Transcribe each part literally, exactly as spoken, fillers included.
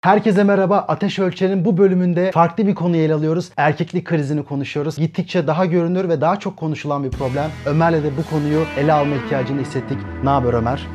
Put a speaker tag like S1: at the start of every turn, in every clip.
S1: Herkese merhaba. Ateş Ölçer'in bu bölümünde farklı bir konuyu ele alıyoruz. Erkeklik krizini konuşuyoruz. Gittikçe daha görünür ve daha çok konuşulan bir problem. Ömer'le de bu konuyu ele alma ihtiyacını hissettik. Ne haber Ömer?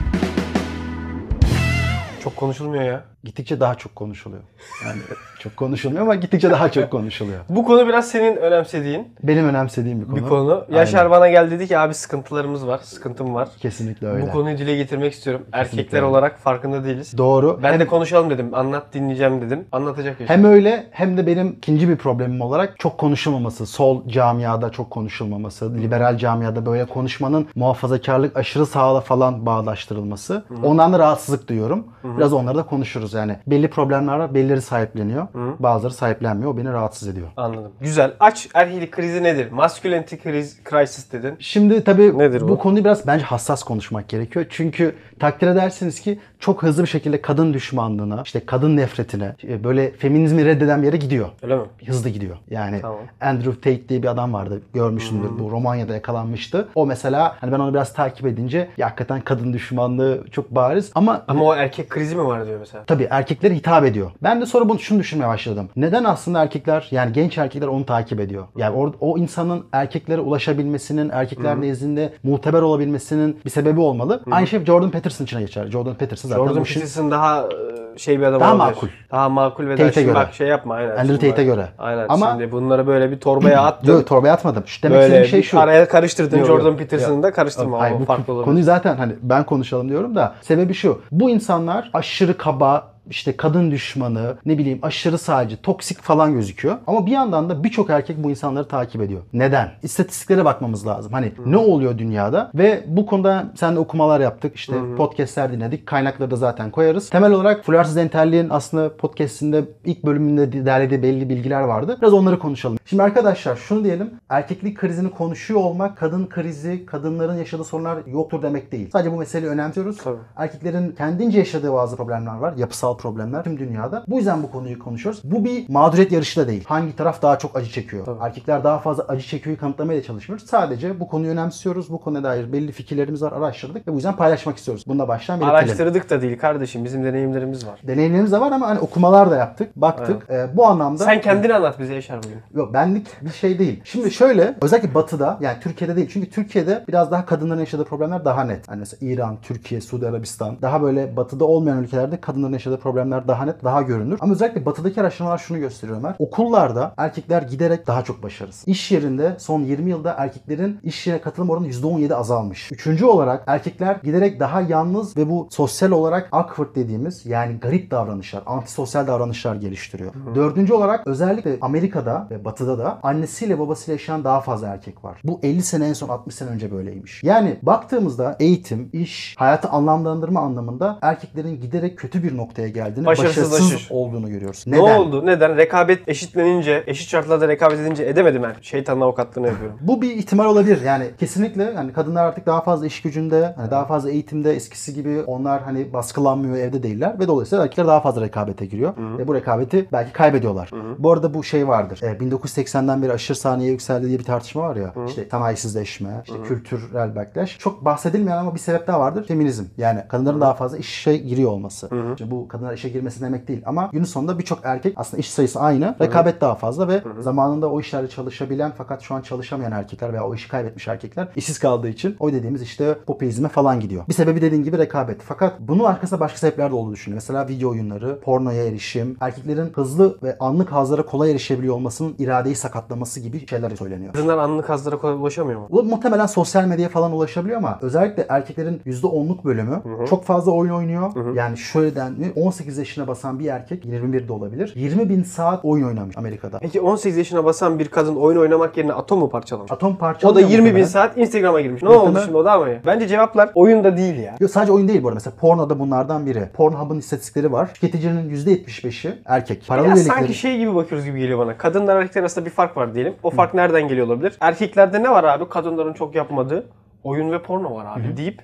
S2: Çok konuşulmuyor ya.
S1: Gittikçe daha çok konuşuluyor. Yani çok konuşulmuyor ama gittikçe daha çok konuşuluyor.
S2: Bu konu biraz senin önemsediğin
S1: Benim önemsediğim bir konu.
S2: bir konu. Yaşar
S1: Aynen.
S2: bana geldi dedi ki abi sıkıntılarımız var, sıkıntım var.
S1: Kesinlikle öyle.
S2: Bu konuyu dile getirmek istiyorum.
S1: Kesinlikle
S2: Erkekler
S1: öyle.
S2: olarak farkında değiliz.
S1: Doğru.
S2: Ben
S1: hem,
S2: de konuşalım dedim. Anlat dinleyeceğim dedim. Anlatacak Yaşar.
S1: hem öyle hem de benim ikinci bir problemim olarak çok konuşulmaması. Sol camiada çok konuşulmaması. Liberal camiada böyle konuşmanın muhafazakarlık, aşırı sağla falan bağdaştırılması. Hı-hı. Ondan da rahatsızlık duyuyorum. Hı-hı. Biraz onları da konuşuruz yani. Belli problemler var. Bellileri sahipleniyor. Hı-hı. Bazıları sahiplenmiyor. O beni rahatsız ediyor.
S2: Anladım. Güzel. Aç, erkeklik krizi nedir? Masculinity crisis dedin.
S1: Şimdi tabii
S2: nedir bu?
S1: bu konuyu biraz bence hassas konuşmak gerekiyor. Çünkü takdir edersiniz ki çok hızlı bir şekilde kadın düşmanlığına, işte kadın nefretine, böyle feminizmi reddeden bir yere gidiyor.
S2: Öyle mi?
S1: Hızlı gidiyor. Yani
S2: tamam.
S1: Andrew Tate diye bir adam vardı. Görmüşsündür. Hı-hı. Bu Romanya'da yakalanmıştı. O mesela hani ben onu biraz takip edince ya hakikaten kadın düşmanlığı çok bariz ama
S2: ama o erkek krizi mi var diyor mesela.
S1: Tabii erkeklere hitap ediyor. Ben de sonra bunu şunu düşünmeye başladım. Neden aslında erkekler yani genç erkekler onu takip ediyor? Yani o, o insanın erkeklere ulaşabilmesinin, erkekler Hı-hı. nezdinde muteber olabilmesinin bir sebebi olmalı. Hı-hı. Aynı şey Jordan Peterson için geçer. Jordan Peterson zaten
S2: Jordan
S1: işin...
S2: Peterson daha şey bir adam
S1: daha
S2: olabilir.
S1: makul.
S2: Daha makul ve
S1: Tate'e
S2: daha
S1: göre.
S2: bak şey yapma aynen.
S1: Andrew Tate'e göre.
S2: Aynen.
S1: Ama
S2: şimdi bunları böyle bir torbaya attın.
S1: Yok torbaya atmadım. Şu demek
S2: böyle
S1: istediğim şey şu.
S2: Araya karıştırdın
S1: yok,
S2: Jordan
S1: yok,
S2: Peterson'ı da karıştırma.
S1: Hayır, bu
S2: farklı olabilir.
S1: Konuyu zaten hani ben konuşalım diyorum da sebebi şu. Bu insanlar aşırı kaba, işte kadın düşmanı, ne bileyim aşırı sağcı, toksik falan gözüküyor. Ama bir yandan da birçok erkek bu insanları takip ediyor. Neden? İstatistiklere bakmamız lazım. Hani hmm. ne oluyor dünyada? Ve bu konuda seninle okumalar yaptık. İşte hmm. podcastler dinledik. Kaynakları da zaten koyarız. Temel olarak Fularsız Entelli'nin aslında podcastinde ilk bölümünde derlediği belli bilgiler vardı. Biraz onları konuşalım. Şimdi arkadaşlar şunu diyelim. Erkeklik krizini konuşuyor olmak, kadın krizi, kadınların yaşadığı sorunlar yoktur demek değil. Sadece bu meseleyi önemsiyoruz.
S2: Tabii.
S1: Erkeklerin kendince yaşadığı bazı problemler var. Yapısal problemler tüm dünyada. Bu yüzden bu konuyu konuşuyoruz. Bu bir mağduriyet yarışı da değil. Hangi taraf daha çok acı çekiyor? Tabii. Erkekler daha fazla acı çekiyor kanıtlamaya da çalışmıyoruz. Sadece bu konuyu önemsiyoruz. Bu konuya dair belli fikirlerimiz var. Araştırdık ve bu yüzden paylaşmak istiyoruz. Bununla baştan belirtelim.
S2: Araştırdık da değil kardeşim. Bizim deneyimlerimiz var.
S1: Deneyimlerimiz de var ama hani okumalar da yaptık. Baktık. Evet. Ee, bu anlamda...
S2: Sen kendini anlat bize Yaşar bugün.
S1: Yok benlik bir şey değil. Şimdi şöyle özellikle Batı'da yani Türkiye'de değil. Çünkü Türkiye'de biraz daha kadınların yaşadığı problemler daha net. Yani mesela İran, Türkiye, Suudi Arabistan daha böyle Batı'da olmayan ülkelerde kadınların yaşadığı problemler daha net, daha görünür. Ama özellikle Batı'daki araştırmalar şunu gösteriyor Ömer. Okullarda erkekler giderek daha çok başarısız. İş yerinde son yirmi yılda erkeklerin iş yerine katılım oranı yüzde on yedi azalmış. Üçüncü olarak erkekler giderek daha yalnız ve bu sosyal olarak awkward dediğimiz yani garip davranışlar, antisosyal davranışlar geliştiriyor. Hı. Dördüncü olarak özellikle Amerika'da ve Batı'da da annesiyle babasıyla yaşayan daha fazla erkek var. Bu elli sene en son altmış sene önce böyleymiş. Yani baktığımızda eğitim, iş, hayatı anlamlandırma anlamında erkeklerin giderek kötü bir noktaya geldiğini, başarısız olduğunu görüyoruz.
S2: Neden? Ne oldu? Neden? Rekabet eşitlenince, eşit şartlarda rekabet edince edemedim ben. Şeytanın avukatlığını yapıyorum.
S1: Bu bir ihtimal olabilir. Yani kesinlikle yani kadınlar artık daha fazla iş gücünde, hani daha fazla eğitimde eskisi gibi onlar hani baskılanmıyor, evde değiller ve dolayısıyla erkekler daha fazla rekabete giriyor. Hı-hı. Ve bu rekabeti belki kaybediyorlar. Hı-hı. Bu arada bu şey vardır. E, bin dokuz yüz seksenden beri aşırı saniye yükseldi diye bir tartışma var ya. Hı-hı. İşte sanayisizleşme, işte Hı-hı. kültürel backlash. Çok bahsedilmeyen ama bir sebep daha vardır. Feminizm. Yani kadınların Hı-hı. daha fazla işe giriyor olması. İşte bu kadınlar işe girmesi demek değil ama günün sonunda birçok erkek aslında iş sayısı aynı. Rekabet Hı-hı. daha fazla ve Hı-hı. zamanında o işlerde çalışabilen fakat şu an çalışamayan erkekler veya o işi kaybetmiş erkekler işsiz kaldığı için o dediğimiz işte popülizme falan gidiyor. Bir sebebi dediğin gibi rekabet. Fakat bunun arkasında başka sebepler de olduğunu düşünüyorum. Mesela video oyunları, pornoya erişim, erkeklerin hızlı ve anlık hazlara kolay erişebiliyor olmasının iradeyi sakatlaması gibi şeyler söyleniyor.
S2: Kadınlar anlık hazlara kolay ulaşamıyor mu?
S1: Bu muhtemelen sosyal medyaya falan ulaşabiliyor ama özellikle erkeklerin yüzde onluk bölümü Hı-hı. çok fazla oyun oynuyor. Hı-hı. Yani şöyle denli on sekiz yaşına basan bir erkek yirmi bir de olabilir. yirmi bin saat oyun oynamış Amerika'da.
S2: Peki on sekiz yaşına basan bir kadın oyun oynamak yerine atom mu parçalamış?
S1: Atom parçalamıyor.
S2: O da yirmi bin saat Instagram'a girmiş. Ne oldu şimdi o da mı? Bence cevaplar oyunda değil ya.
S1: Yok sadece oyun değil bu arada. Mesela porno da bunlardan biri. Pornhub'ın istatistikleri var. Tüketicinin yüzde yetmiş beşi erkek.
S2: Paralı ya üyelikleri... sanki şey gibi bakıyoruz gibi geliyor bana. Kadınlar erkekler arasında bir fark var diyelim. O fark Hı. nereden geliyor olabilir? Erkeklerde ne var abi? Kadınların çok yapmadığı oyun ve porno var abi Hı. deyip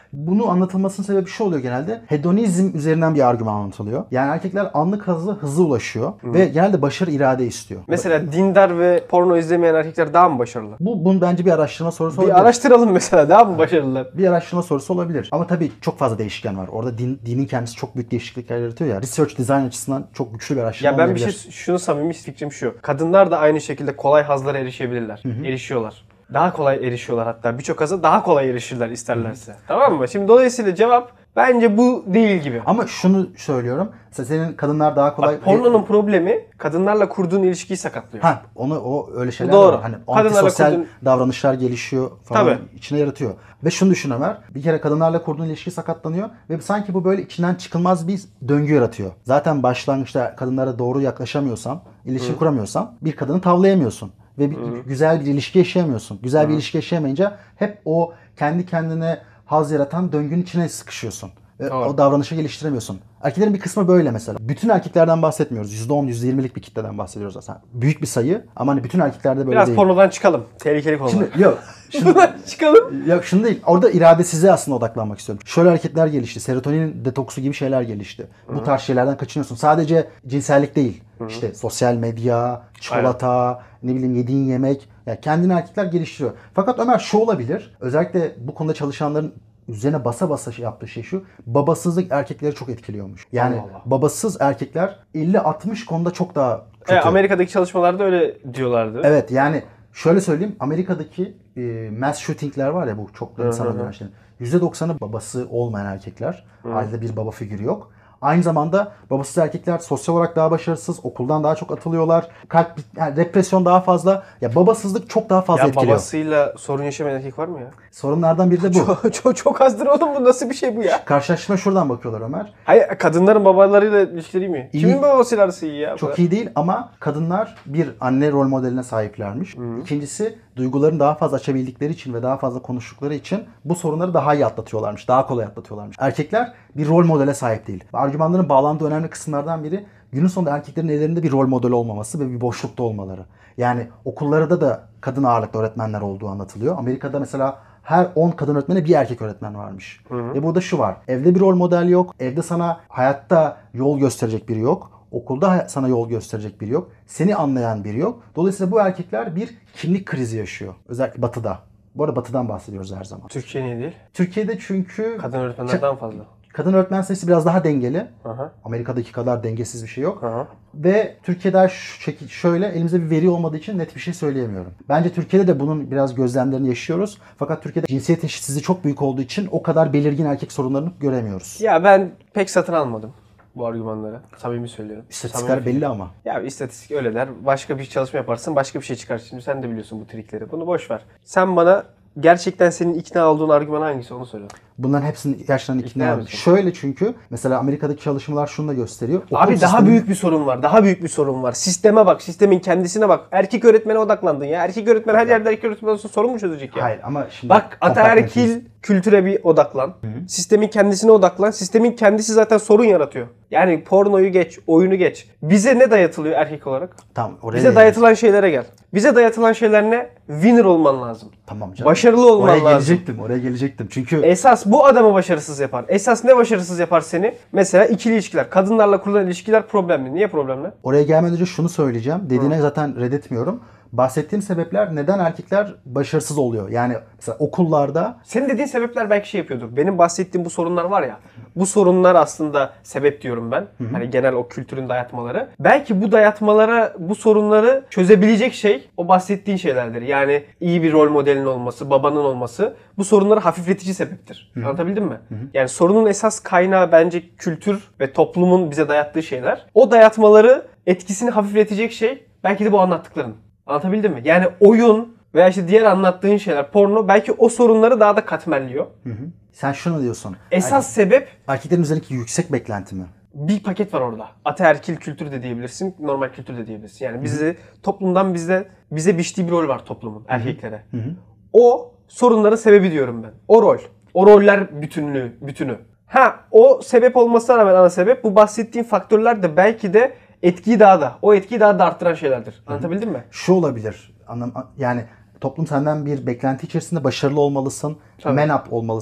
S1: Bunu anlatılmasının sebebi şu oluyor genelde. Hedonizm üzerinden bir argüman anlatılıyor. Yani erkekler anlık hazı hızlı ulaşıyor
S2: Hı.
S1: ve genelde başarı irade istiyor.
S2: Mesela dindar ve porno izlemeyen erkekler daha mı başarılı?
S1: Bu bunun bence bir araştırma sorusu olabilir.
S2: Bir araştıralım mesela, daha mı başarılılar?
S1: Bir araştırma sorusu olabilir. Ama tabii çok fazla değişken var. Orada din, dinin kendisi çok büyük değişiklikler yaratıyor ya. Research design açısından çok güçlü bir araştırma
S2: Ya ben
S1: olabilir.
S2: bir şey, şunu samimi fikrim şu. Kadınlar da aynı şekilde kolay hazlara erişebilirler.
S1: Hı hı.
S2: Erişiyorlar. Daha kolay erişiyorlar hatta. Birçok haza daha kolay erişirler isterlerse. Hı. Tamam mı? Şimdi dolayısıyla cevap bence bu değil gibi.
S1: Ama şunu söylüyorum. Mesela senin kadınlar daha kolay...
S2: Bak, pornonun problemi kadınlarla kurduğun ilişkiyi sakatlıyor.
S1: Ha, onu o öyle şeyler
S2: Doğru.
S1: var. Hani
S2: Kadınlarla
S1: antisosyal
S2: kurduğun...
S1: davranışlar gelişiyor falan,
S2: Tabii.
S1: içine yaratıyor. Ve şunu düşün Ömer. Bir kere kadınlarla kurduğun ilişki sakatlanıyor ve sanki bu böyle içinden çıkılmaz bir döngü yaratıyor. Zaten başlangıçta kadınlara doğru yaklaşamıyorsan, ilişki Hı. kuramıyorsan bir kadını tavlayamıyorsun. Ve bir, güzel bir ilişki yaşayamıyorsun. Güzel Hı. bir ilişki yaşayamayınca hep o kendi kendine haz yaratan döngünün içine sıkışıyorsun. Ve o davranışı geliştiremiyorsun. Erkeklerin bir kısmı böyle mesela. Bütün erkeklerden bahsetmiyoruz. yüzde on yüzde yirmilik bir kitleden bahsediyoruz aslında. Büyük bir sayı ama hani bütün erkeklerde böyle
S2: Biraz
S1: değil.
S2: Biraz pornodan çıkalım. Tehlikeli konular.
S1: Şimdi yok. Şimdi,
S2: çıkalım.
S1: Yok şunu değil. Orada iradesize aslında odaklanmak istiyorum. Şöyle hareketler gelişti. Serotonin detoksu gibi şeyler gelişti. Hı-hı. Bu tarz şeylerden kaçınıyorsun. Sadece cinsellik değil. Hı-hı. İşte sosyal medya, çikolata, Aynen. ne bileyim yediğin yemek. Yani kendini erkekler geliştiriyor. Fakat Ömer şu olabilir. Özellikle bu konuda çalışanların üzerine basa basa şey yaptığı şey şu. Babasızlık erkekleri çok etkiliyormuş. Yani Allah Allah. Babasız erkekler elli altmış konuda çok daha kötü.
S2: Evet, Amerika'daki çalışmalarda öyle diyorlardı.
S1: Evet, yani şöyle söyleyeyim. Amerika'daki e, mass shooting'ler var ya, bu çok insan öldüren şeyler. yüzde doksanı babası olmayan erkekler. Hı. Ailede bir baba figürü yok. Aynı zamanda babasız erkekler sosyal olarak daha başarısız, okuldan daha çok atılıyorlar. Kalp, yani depresyon daha fazla. Ya babasızlık çok daha fazla
S2: ya
S1: etkiliyor.
S2: Babasıyla sorun yaşamayan erkek var mı ya?
S1: Sorunlardan biri de bu.
S2: Çok, çok, çok azdır oğlum, bu nasıl bir şey bu ya?
S1: Karşılaştırma şuradan bakıyorlar Ömer.
S2: Hayır, kadınların babalarıyla ilişkileri iyi mi? İyi. Kimin babasıyla arası iyi ya?
S1: Çok iyi değil ama kadınlar bir anne rol modeline sahiplermiş. Hı. İkincisi duygularını daha fazla açabildikleri için ve daha fazla konuştukları için bu sorunları daha iyi atlatıyorlarmış. Daha kolay atlatıyorlarmış. Erkekler bir rol modele sahip değil. Argümanların bağlandığı önemli kısımlardan biri günün sonunda erkeklerin ellerinde bir rol model olmaması ve bir boşlukta olmaları. Yani okullarda da kadın ağırlıklı öğretmenler olduğu anlatılıyor. Amerika'da mesela her on kadın öğretmene bir erkek öğretmen varmış. Hı hı. Ve burada şu var. Evde bir rol model yok. Evde sana hayatta yol gösterecek biri yok. Okulda sana yol gösterecek biri yok. Seni anlayan biri yok. Dolayısıyla bu erkekler bir kimlik krizi yaşıyor. Özellikle Batı'da. Bu arada Batı'dan bahsediyoruz her zaman.
S2: Türkiye niye değil?
S1: Türkiye'de çünkü...
S2: Kadın öğretmenlerden fazla.
S1: Kadın öğretmen sayısı biraz daha dengeli.
S2: Aha.
S1: Amerika'daki kadar dengesiz bir şey yok.
S2: Aha.
S1: Ve Türkiye'de şu şöyle, elimizde bir veri olmadığı için net bir şey söyleyemiyorum. Bence Türkiye'de de bunun biraz gözlemlerini yaşıyoruz. Fakat Türkiye'de cinsiyet eşitsizliği çok büyük olduğu için o kadar belirgin erkek sorunlarını göremiyoruz.
S2: Ya ben pek satın almadım bu argümanları. Samimi söylüyorum.
S1: İstatistikler
S2: Samimi
S1: belli ama.
S2: Ya istatistik öyle der. Başka bir çalışma yaparsın, başka bir şey çıkar. Şimdi sen de biliyorsun bu trikleri. Bunu boş ver. Sen bana gerçekten senin ikna olduğun argüman hangisi, onu söyle.
S1: Bunların hepsinin gerçekten ikna, ikna olmuş. Şöyle, çünkü mesela Amerika'daki çalışmalar şunu da gösteriyor. Okul
S2: Abi
S1: sistemi...
S2: daha büyük bir sorun var. Daha büyük bir sorun var. Sisteme bak, sistemin kendisine bak. Erkek öğretmene odaklandın ya. Erkek öğretmen her yerde erkek öğretmen olsa sorun mu çözecek ya?
S1: Hayır ama şimdi...
S2: Bak, ataerkil kültüre bir odaklan. Hı-hı. Sistemin kendisine odaklan. Sistemin kendisi zaten sorun yaratıyor. Yani pornoyu geç, oyunu geç. Bize ne dayatılıyor erkek olarak?
S1: Tamam, oraya
S2: Bize dayatılan şeylere gel. Bize dayatılan şeyler ne? Winner olman lazım.
S1: Tamam canım.
S2: Başarılı olman
S1: oraya
S2: lazım.
S1: Oraya gelecektim, oraya gelecektim. Çünkü...
S2: Esas bu adamı başarısız yapar. Esas ne başarısız yapar seni? Mesela ikili ilişkiler. Kadınlarla kurulan ilişkiler problemli. Niye problemli?
S1: Oraya gelmeden önce şunu söyleyeceğim. Dediğine Hı. zaten reddetmiyorum. Bahsettiğim sebepler neden erkekler başarısız oluyor? Yani mesela okullarda...
S2: Senin dediğin sebepler belki şey yapıyordur. Benim bahsettiğim bu sorunlar var ya. Bu sorunlar aslında sebep diyorum ben. Hı hı. Hani genel o kültürün dayatmaları. Belki bu dayatmalara, bu sorunları çözebilecek şey o bahsettiğin şeylerdir. Yani iyi bir rol modelin olması, babanın olması bu sorunları hafifletici sebeptir. Hı hı. Anlatabildim mi? Hı hı. Yani sorunun esas kaynağı bence kültür ve toplumun bize dayattığı şeyler. O dayatmaları, etkisini hafifletecek şey belki de bu anlattıkların. Anlatabildim mi? Yani oyun veya işte diğer anlattığın şeyler, porno belki o sorunları daha da katmerliyor.
S1: Hı hı. Sen şunu diyorsun.
S2: Esas
S1: Erkek,
S2: sebep...
S1: Erkeklerin üzerindeki yüksek beklenti mi?
S2: Bir paket var orada. Ataerkil kültür de diyebilirsin, normal kültür de diyebilirsin. Yani bizi, toplumdan bizde, bize biçtiği bir rol var toplumun, erkeklere. Hı hı. O sorunların sebebi diyorum ben. O rol. O roller bütünlüğü, bütünü. Ha, o sebep olmasına rağmen ana sebep, bu bahsettiğim faktörler de belki de etkiyi daha da, o etkiyi daha da arttıran şeylerdir. Anlatabildim mi?
S1: Şu olabilir. Anlam yani toplum senden bir beklenti içerisinde başarılı olmalısın, Tabii. man up olmalısın.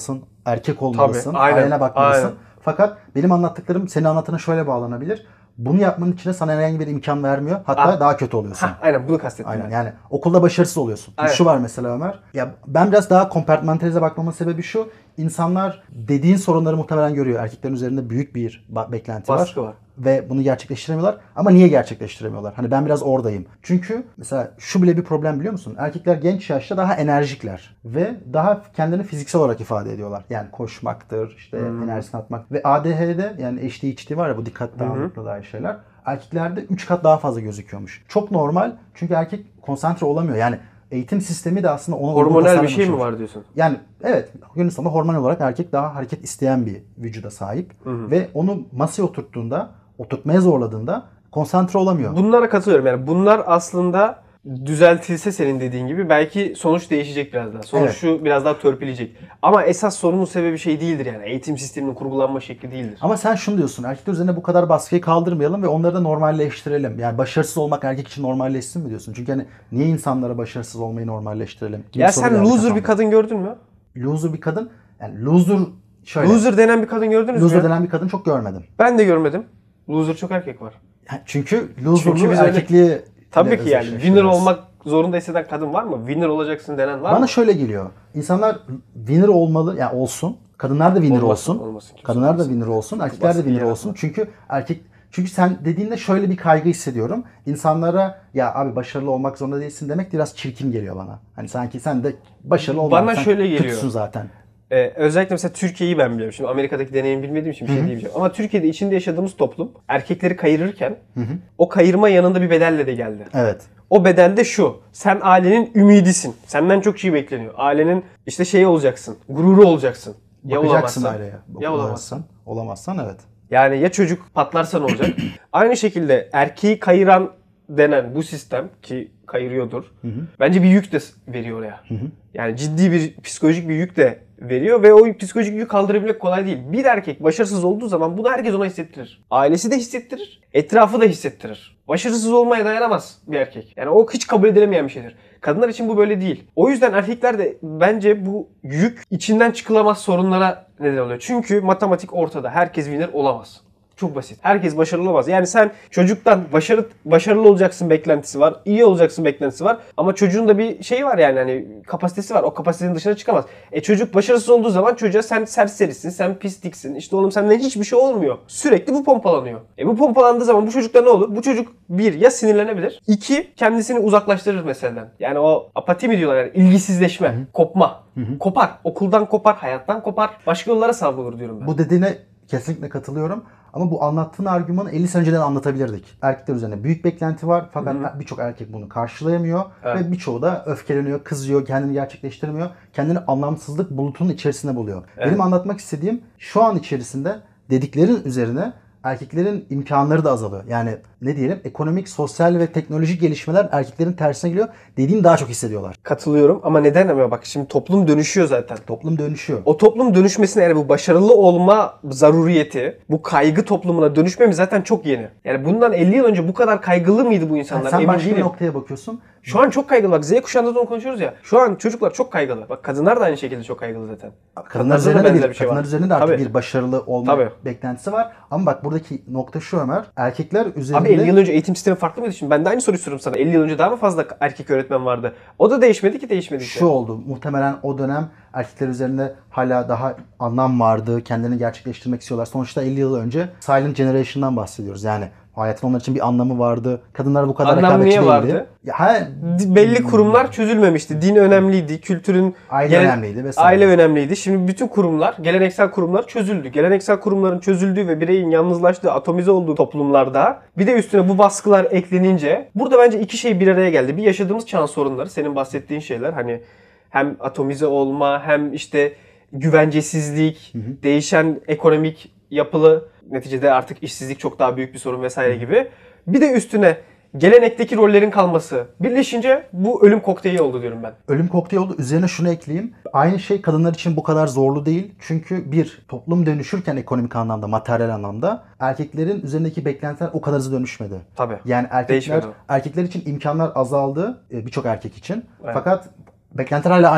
S1: erkek olmalısın,
S2: Tabii, aynen,
S1: ailene bakmalısın.
S2: aynen.
S1: Fakat benim anlattıklarım senin anlattığına şöyle bağlanabilir. Bunu yapmanın için de sana herhangi bir imkan vermiyor. Hatta
S2: Ah.
S1: daha kötü oluyorsun.
S2: Hah, aynen bunu kastettim.
S1: Aynen
S2: ben.
S1: yani okulda başarısız oluyorsun.
S2: Aynen.
S1: Şu var mesela Ömer. Ya ben biraz daha kompartmentalize bakmamın sebebi şu. İnsanlar dediğin sorunları muhtemelen görüyor. Erkeklerin üzerinde büyük bir ba- beklenti
S2: Baskı
S1: var.
S2: var.
S1: Ve bunu gerçekleştiremiyorlar. Ama niye gerçekleştiremiyorlar? Hani ben biraz oradayım. Çünkü mesela şu bile bir problem biliyor musun? Erkekler genç yaşta daha enerjikler. Ve daha kendini fiziksel olarak ifade ediyorlar. Yani koşmaktır, işte
S2: Hmm.
S1: enerjisini atmak. Ve A D H D'de yani H D H D var ya bu dikkat dağınıklığı dair şeyler. Erkeklerde üç kat daha fazla gözüküyormuş. Çok normal çünkü erkek konsantre olamıyor. Yani eğitim sistemi de aslında ona uygun
S2: Hormonal bir
S1: tasarlanmış.
S2: şey mi var diyorsun?
S1: Yani evet günün sonunda hormon olarak erkek daha hareket isteyen bir vücuda sahip. Ve onu masaya oturttuğunda, oturtmaya zorladığında konsantre olamıyor.
S2: Bunlara katılıyorum yani. Bunlar aslında düzeltilse senin dediğin gibi belki sonuç değişecek biraz daha. Sonuç
S1: Evet.
S2: şu biraz daha törpüleyecek. Ama esas sorunun sebebi şey değildir yani. Eğitim sisteminin kurgulanma şekli değildir.
S1: Ama sen şunu diyorsun, erkekler üzerine bu kadar baskıyı kaldırmayalım ve onları da normalleştirelim. Yani başarısız olmak erkek için normalleşsin mi diyorsun? Çünkü hani niye insanlara başarısız olmayı normalleştirelim? gibi
S2: Ya
S1: bir soru
S2: sen
S1: geldi
S2: loser
S1: kafamda.
S2: bir kadın gördün mü?
S1: Loser bir kadın, yani loser şöyle.
S2: Loser denen bir kadın gördünüz
S1: loser
S2: mü? ya?
S1: denen bir kadın çok görmedim.
S2: Ben de görmedim. Loser çok erkek var.
S1: Yani çünkü loserluğu
S2: Çünkü biz öyle-
S1: erkekliği
S2: Tabii ki yani. Winner
S1: özdeşleştiriyoruz.
S2: olmak zorunda hisseden kadın var mı? Winner olacaksın denen var
S1: Bana
S2: mı?
S1: şöyle geliyor. İnsanlar winner olmalı, yani olsun. Kadınlar da winner
S2: Olmasın,
S1: olsun.
S2: olmasın, kimse
S1: Kadınlar da
S2: olmasın.
S1: winner olsun, erkekler de
S2: baskıyı
S1: winner
S2: yaratma.
S1: olsun. Çünkü erkek çünkü sen dediğinde şöyle bir kaygı hissediyorum. İnsanlara ya abi başarılı olmak zorunda değilsin demek biraz çirkin geliyor bana. Hani sanki sen de başarılı olmak
S2: Bana
S1: sen
S2: şöyle geliyor.
S1: kötüsün zaten.
S2: Ee, özellikle mesela Türkiye'yi ben biliyorum. Şimdi Amerika'daki deneyimi bilmediğim için bir şey diyemeyeceğim. Ama Türkiye'de içinde yaşadığımız toplum erkekleri kayırırken o kayırma yanında bir bedelle de geldi.
S1: Evet.
S2: O bedel de şu. Sen ailenin ümidisin. Senden çok şey bekleniyor. Ailenin işte şeyi olacaksın. Gururu olacaksın. Ya
S1: Bakacaksın
S2: olamazsan.
S1: aileye.
S2: Ya olamazsan.
S1: Olamazsan. Olamazsan evet.
S2: Yani ya çocuk patlarsa ne olacak? Aynı şekilde erkeği kayıran denen bu sistem ki kayırıyordur. Bence bir yük de veriyor oraya. Yani ciddi bir psikolojik bir yük de veriyor ve o psikolojik yükü kaldırabilmek kolay değil. Bir erkek başarısız olduğu zaman bunu herkes ona hissettirir. Ailesi de hissettirir, etrafı da hissettirir. Başarısız olmaya dayanamaz bir erkek. Yani o hiç kabul edilemeyen bir şeydir. Kadınlar için bu böyle değil. O yüzden erkekler de bence bu yük içinden çıkılamaz sorunlara neden oluyor. Çünkü matematik ortada. Herkes winner olamaz. Çok basit. Herkes başarılı olamaz. Yani sen çocuktan başarı başarılı olacaksın beklentisi var. İyi olacaksın beklentisi var. Ama çocuğun da bir şey var yani hani kapasitesi var. O kapasitenin dışına çıkamaz. E çocuk başarısız olduğu zaman çocuğa sen serserisin, sen pisliksin. İşte oğlum senden hiçbir şey olmuyor. Sürekli bu pompalanıyor. E bu pompalandığı zaman bu çocukta ne olur? Bu çocuk bir ya sinirlenebilir. İki kendisini uzaklaştırır meseleden. Yani o apati mi diyorlar yani ilgisizleşme, Hı-hı. kopma. Hı-hı. Kopar. Okuldan kopar, hayattan kopar. Başka yollara savrulur diyorum ben.
S1: Bu dediğine kesinlikle katılıyorum. Ama bu anlattığın argümanı elli sene önceden anlatabilirdik. Erkekler üzerine büyük beklenti var fakat birçok erkek bunu karşılayamıyor.
S2: Evet.
S1: Ve birçoğu da öfkeleniyor, kızıyor, kendini gerçekleştirmiyor. Kendini anlamsızlık bulutunun içerisinde buluyor.
S2: Evet.
S1: Benim anlatmak istediğim şu an içerisinde dediklerin üzerine erkeklerin imkanları da azalıyor. Yani ne diyelim ekonomik, sosyal ve teknolojik gelişmeler erkeklerin tersine geliyor. Dediğim daha çok hissediyorlar.
S2: Katılıyorum ama neden ama bak şimdi toplum dönüşüyor zaten.
S1: Toplum dönüşüyor.
S2: O toplum dönüşmesine eğer bu başarılı olma zaruriyeti, bu kaygı toplumuna dönüşmemiz zaten çok yeni. Yani bundan elli yıl önce bu kadar kaygılı mıydı bu insanlar?
S1: Yani sen
S2: Emin
S1: başka bir
S2: değilim.
S1: noktaya bakıyorsun.
S2: Şu an çok kaygılı. Bak Z kuşağında da onu konuşuyoruz ya. Şu an çocuklar çok kaygılı. Bak kadınlar da aynı şekilde çok kaygılı zaten.
S1: Kadınlar
S2: Kadınlarda
S1: üzerinde,
S2: da
S1: de
S2: benzer
S1: bir,
S2: bir şey
S1: kadınlar
S2: var.
S1: üzerinde de artık
S2: Tabii.
S1: bir başarılı olma
S2: Tabii.
S1: beklentisi var. Ama bak buradaki nokta şu Ömer. Erkekler üzerinde...
S2: Abi elli yıl önce eğitim sistemi farklı mıydı şimdi? Ben de aynı soruyu soruyorum sana. elli yıl önce daha mı fazla erkek öğretmen vardı? O da değişmedi ki değişmedi işte.
S1: Şu oldu. Muhtemelen o dönem erkekler üzerinde hala daha anlam vardı. Kendini gerçekleştirmek istiyorlar. Sonuçta elli yıl önce Silent Generation'dan bahsediyoruz. Yani hayatın onlar için bir anlamı vardı. Kadınlar bu kadar
S2: Anlam
S1: rekabetçi
S2: niye
S1: değildi.
S2: vardı?
S1: Ya, ha,
S2: D- Belli kurumlar çözülmemişti. Din önemliydi, kültürün
S1: aile
S2: gele-
S1: önemliydi vesaire.
S2: Aile önemliydi. Şimdi bütün kurumlar, geleneksel kurumlar çözüldü. Geleneksel kurumların çözüldüğü ve bireyin yalnızlaştığı, atomize olduğu toplumlarda bir de üstüne bu baskılar eklenince burada bence iki şey bir araya geldi. Bir yaşadığımız çağın sorunları, senin bahsettiğin şeyler hani hem atomize olma hem işte güvencesizlik, hı hı. değişen ekonomik yapılı, neticede artık işsizlik çok daha büyük bir sorun vesaire gibi. Bir de üstüne gelenekteki rollerin kalması birleşince bu ölüm kokteyli oldu diyorum ben.
S1: Ölüm kokteyli oldu. Üzerine şunu ekleyeyim. Aynı şey kadınlar için bu kadar zorlu değil. Çünkü bir, toplum dönüşürken ekonomik anlamda, materyal anlamda erkeklerin üzerindeki beklentiler o kadar hızlı dönüşmedi.
S2: Tabii.
S1: Yani erkekler
S2: Değişmedi.
S1: erkekler için imkanlar azaldı birçok erkek için.
S2: Evet.
S1: Fakat beklentiler hala aynı.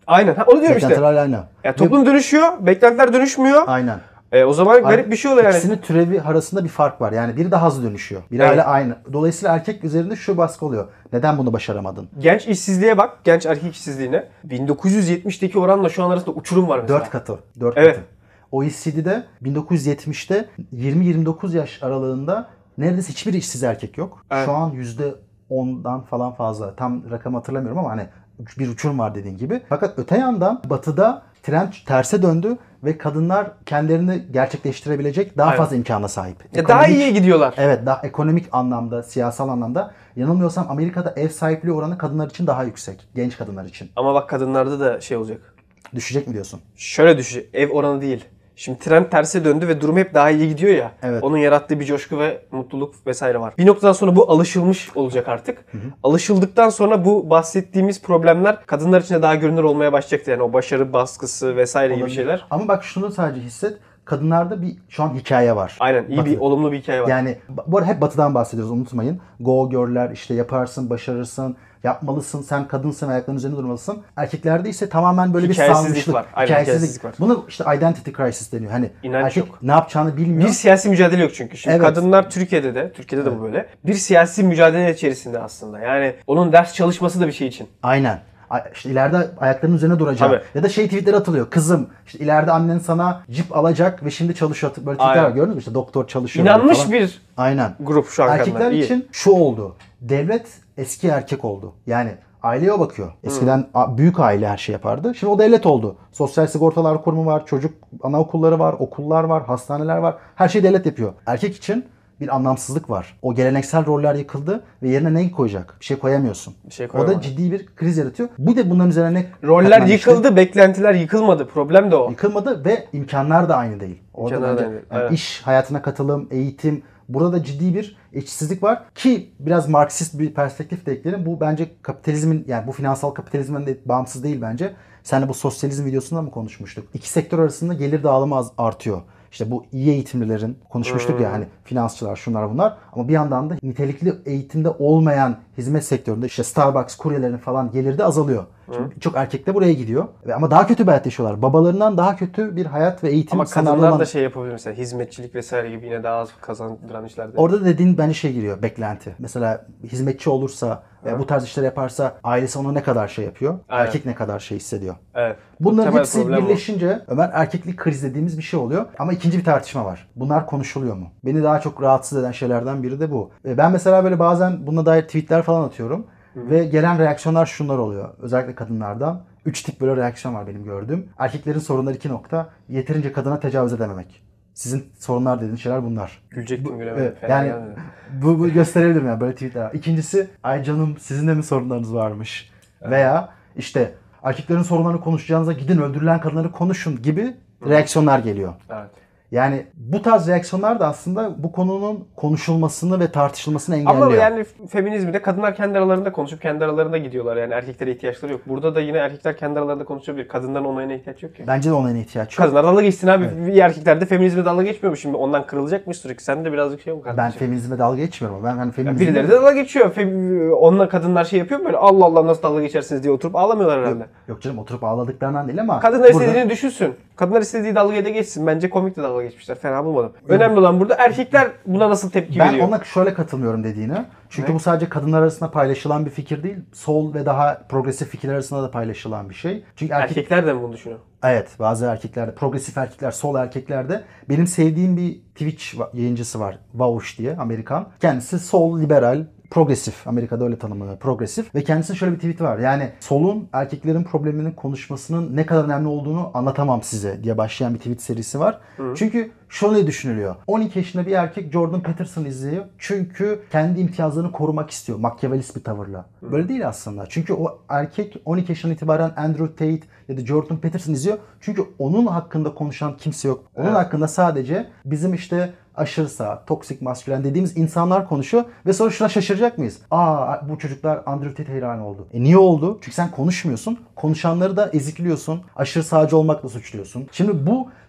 S2: Aynen. Ha, onu diyorum işte.
S1: Beklentiler aynı.
S2: Ya toplum dönüşüyor, beklentiler dönüşmüyor.
S1: Aynen.
S2: E, o zaman garip bir şey oluyor yani.
S1: İkisinin türevi arasında bir fark var. Yani biri daha hızlı dönüşüyor. Biri
S2: Evet.
S1: hala aynı. Dolayısıyla erkek üzerinde şu baskı oluyor. Neden bunu başaramadın?
S2: Genç işsizliğe bak, genç erkek işsizliğine. bin dokuz yüz yetmişteki oranla şu an arasında uçurum var mesela.
S1: Dört katı. Dört
S2: Evet.
S1: katı. O E C D'de bin dokuz yüz yetmişte yirmi yirmi dokuz yaş aralığında neredeyse hiçbir işsiz erkek yok.
S2: Evet.
S1: Şu an yüzde ondan falan fazla. Tam rakamı hatırlamıyorum ama hani bir uçurum var dediğin gibi. Fakat öte yandan batıda trend terse döndü ve kadınlar kendilerini gerçekleştirebilecek daha
S2: Aynen.
S1: fazla imkana sahip.
S2: Ya daha iyiye gidiyorlar.
S1: Evet, daha ekonomik anlamda, siyasal anlamda. Yanılmıyorsam Amerika'da ev sahipliği oranı kadınlar için daha yüksek. Genç kadınlar için.
S2: Ama bak kadınlarda da şey olacak.
S1: Düşecek mi diyorsun?
S2: Şöyle düşecek. Ev oranı değil. Şimdi trend terse döndü ve durum hep daha iyi gidiyor ya.
S1: Evet.
S2: Onun yarattığı bir coşku ve mutluluk vesaire var. Bir noktadan sonra bu alışılmış olacak artık. Hı hı. Alışıldıktan sonra bu bahsettiğimiz problemler kadınlar için de daha görünür olmaya başlayacaktır. Yani o başarı baskısı vesaire
S1: Olabilir.
S2: gibi şeyler.
S1: Ama bak şunu sadece hisset. Kadınlarda bir şu an hikaye var.
S2: Aynen. iyi
S1: Batı.
S2: bir olumlu bir hikaye var.
S1: Yani bu arada hep batıdan bahsediyoruz, unutmayın. Go girl'ler, işte yaparsın, başarırsın, yapmalısın, sen kadınsın, ayaklarının üzerinde durmalısın. Erkeklerde ise tamamen böyle bir
S2: Hikayesizlik
S1: salmışlık.
S2: var. Aynen, hikayesizlik var.
S1: Bunu işte identity crisis deniyor. Hani
S2: İnanç
S1: erkek
S2: yok.
S1: ne yapacağını bilmiyor.
S2: Bir siyasi mücadele yok çünkü. Şimdi
S1: Evet.
S2: kadınlar Türkiye'de de, Türkiye'de de bu böyle. Bir siyasi mücadele içerisinde aslında. Yani onun ders çalışması da bir şey için.
S1: Aynen. Ay- İşte ileride ayaklarının üzerine duracak.
S2: Tabii.
S1: Ya da şey tweetler atılıyor. Kızım işte ileride annen sana jip alacak ve şimdi çalışıyor. Böyle tweetler
S2: Aynen.
S1: var, gördünüz mü? İşte doktor çalışıyor.
S2: İnanmış
S1: falan.
S2: bir
S1: Aynen.
S2: grup şu an
S1: Erkekler
S2: kadınlar. İyi.
S1: için şu oldu. Devlet eski erkek oldu. Yani aileye o bakıyor. Eskiden a- büyük aile her şey yapardı. Şimdi o devlet oldu. Sosyal sigortalar kurumu var, çocuk anaokulları var, okullar var, hastaneler var. Her şeyi devlet yapıyor. Erkek için bir anlamsızlık var. O geleneksel roller yıkıldı ve yerine ne koyacak? Bir şey koyamıyorsun.
S2: Bir şey
S1: o da
S2: koyamaz.
S1: ciddi bir kriz yaratıyor. Bu da bunların üzerine ne
S2: Roller
S1: katlanmıştı?
S2: yıkıldı, beklentiler yıkılmadı. Problem de o.
S1: Yıkılmadı ve imkanlar da aynı değil. Orada
S2: İmkanlar da
S1: bence
S2: aynı değil,
S1: yani
S2: evet.
S1: iş hayatına katılım, eğitim, burada da ciddi bir eşitsizlik var ki biraz Marksist bir perspektif de ekleyelim. Bu bence kapitalizmin, yani bu finansal kapitalizmin de bağımsız değil bence. Seninle bu sosyalizm videosunda mı konuşmuştuk? İki sektör arasında gelir dağılımı az artıyor. İşte bu iyi eğitimlilerin konuşmuştuk ya hani finansçılar şunlar bunlar ama bir yandan da nitelikli eğitimde olmayan hizmet sektöründe işte Starbucks kuryelerin falan geliri de azalıyor. Şimdi çok erkek de buraya gidiyor Ve ama daha kötü bir hayat yaşıyorlar. Babalarından daha kötü bir hayat ve eğitim
S2: Ama
S1: standartı
S2: kadınlar
S1: olan-
S2: da şey yapabilir mesela hizmetçilik vesaire gibi yine daha az kazandıran işlerde.
S1: Orada dediğin bence şey giriyor, beklenti. Mesela hizmetçi olursa ve bu tarz işler yaparsa ailesi ona ne kadar şey yapıyor?
S2: Aynen.
S1: Erkek ne kadar şey hissediyor?
S2: Evet.
S1: Bunların
S2: Temel
S1: hepsi
S2: problem o.
S1: birleşince Ömer erkeklik kriz dediğimiz bir şey oluyor. Ama ikinci bir tartışma var. Bunlar konuşuluyor mu? Beni daha çok rahatsız eden şeylerden biri de bu. E, Ben mesela böyle bazen buna dair tweetler falan atıyorum. Ve gelen reaksiyonlar şunlar oluyor. Özellikle kadınlardan. Üç tip böyle reaksiyon var benim gördüğüm. Erkeklerin sorunları iki nokta. Yeterince kadına tecavüz edememek. Sizin sorunlar dediğiniz şeyler bunlar.
S2: Gülecektim gülemedim.
S1: Evet,
S2: Fena
S1: yani
S2: gelmedi.
S1: bu, bu gösterebilirim yani böyle tweetler. İkincisi ay canım sizin de mi sorunlarınız varmış? Veya işte erkeklerin sorunlarını konuşacağınıza gidin öldürülen kadınları konuşun gibi reaksiyonlar geliyor.
S2: Evet.
S1: Yani bu tarz reaksiyonlar da aslında bu konunun konuşulmasını ve tartışılmasını engelliyor.
S2: Ama yani feminizmde kadınlar kendi aralarında konuşup kendi aralarında gidiyorlar. Yani erkeklere ihtiyaçları yok. Burada da yine erkekler kendi aralarında konuşabilir. Kadınların onayına ihtiyaç yok ki.
S1: Bence de onayına ihtiyaç yok.
S2: Kadınlar dalga geçsin abi. Bir erkekler de feminizmle dalga geçmiyor mu şimdi? Ondan kırılacakmış sürekli. Sen de birazcık şey mi
S1: Ben
S2: kardeşim?
S1: feminizme dalga geçmiyorum. Ben hani
S2: Ya
S1: feminizme...
S2: birileri de dalga geçiyor. Fe- onunla kadınlar şey yapıyor mu böyle Allah Allah nasıl dalga geçersiniz diye oturup ağlamıyorlar herhalde.
S1: Yok canım oturup ağladıklarından değil ama...
S2: Kadınlar
S1: burada-
S2: istediğini düşünsün. Kadınlar istediği dalgaya da geçsin. Bence komik de dalga geçmişler. Fena bulmadım. Önemli olan burada erkekler buna nasıl tepki
S1: Ben
S2: veriyor?
S1: ona şöyle katılmıyorum dediğine. Çünkü
S2: Ne?
S1: bu sadece kadınlar arasında paylaşılan bir fikir değil. Sol ve daha progresif fikirler arasında da paylaşılan bir şey. Çünkü erkek...
S2: Erkekler de mi bunu düşünüyor?
S1: Evet, bazı erkeklerde, progresif erkekler, sol erkeklerde. Benim sevdiğim bir Twitch va- yayıncısı var. Vaush diye, Amerikan. Kendisi sol, liberal, progresif. Amerika'da öyle tanımlanıyor. Progresif. Ve kendisinin şöyle bir tweet var. Yani solun erkeklerin probleminin konuşmasının ne kadar önemli olduğunu anlatamam size diye başlayan bir tweet serisi var. Çünkü şöyle düşünülüyor. on iki yaşında bir erkek Jordan Peterson izliyor. Çünkü kendi imtiyazlarını korumak istiyor. Makyavelist bir tavırla. Böyle değil aslında. Çünkü o erkek on iki yaşından itibaren Andrew Tate ya da Jordan Peterson izliyor. Çünkü onun hakkında konuşan kimse yok. Onun
S2: Evet.
S1: hakkında sadece bizim işte aşırı sağ, toksik maskülen dediğimiz insanlar konuşuyor ve sonra şuna şaşıracak mıyız? Aa bu çocuklar Andrew Tate hayranı oldu. E niye oldu? Çünkü sen konuşmuyorsun. Konuşanları da ezikliyorsun. Aşırı sağcı olmakla suçluyorsun. Şimdi bu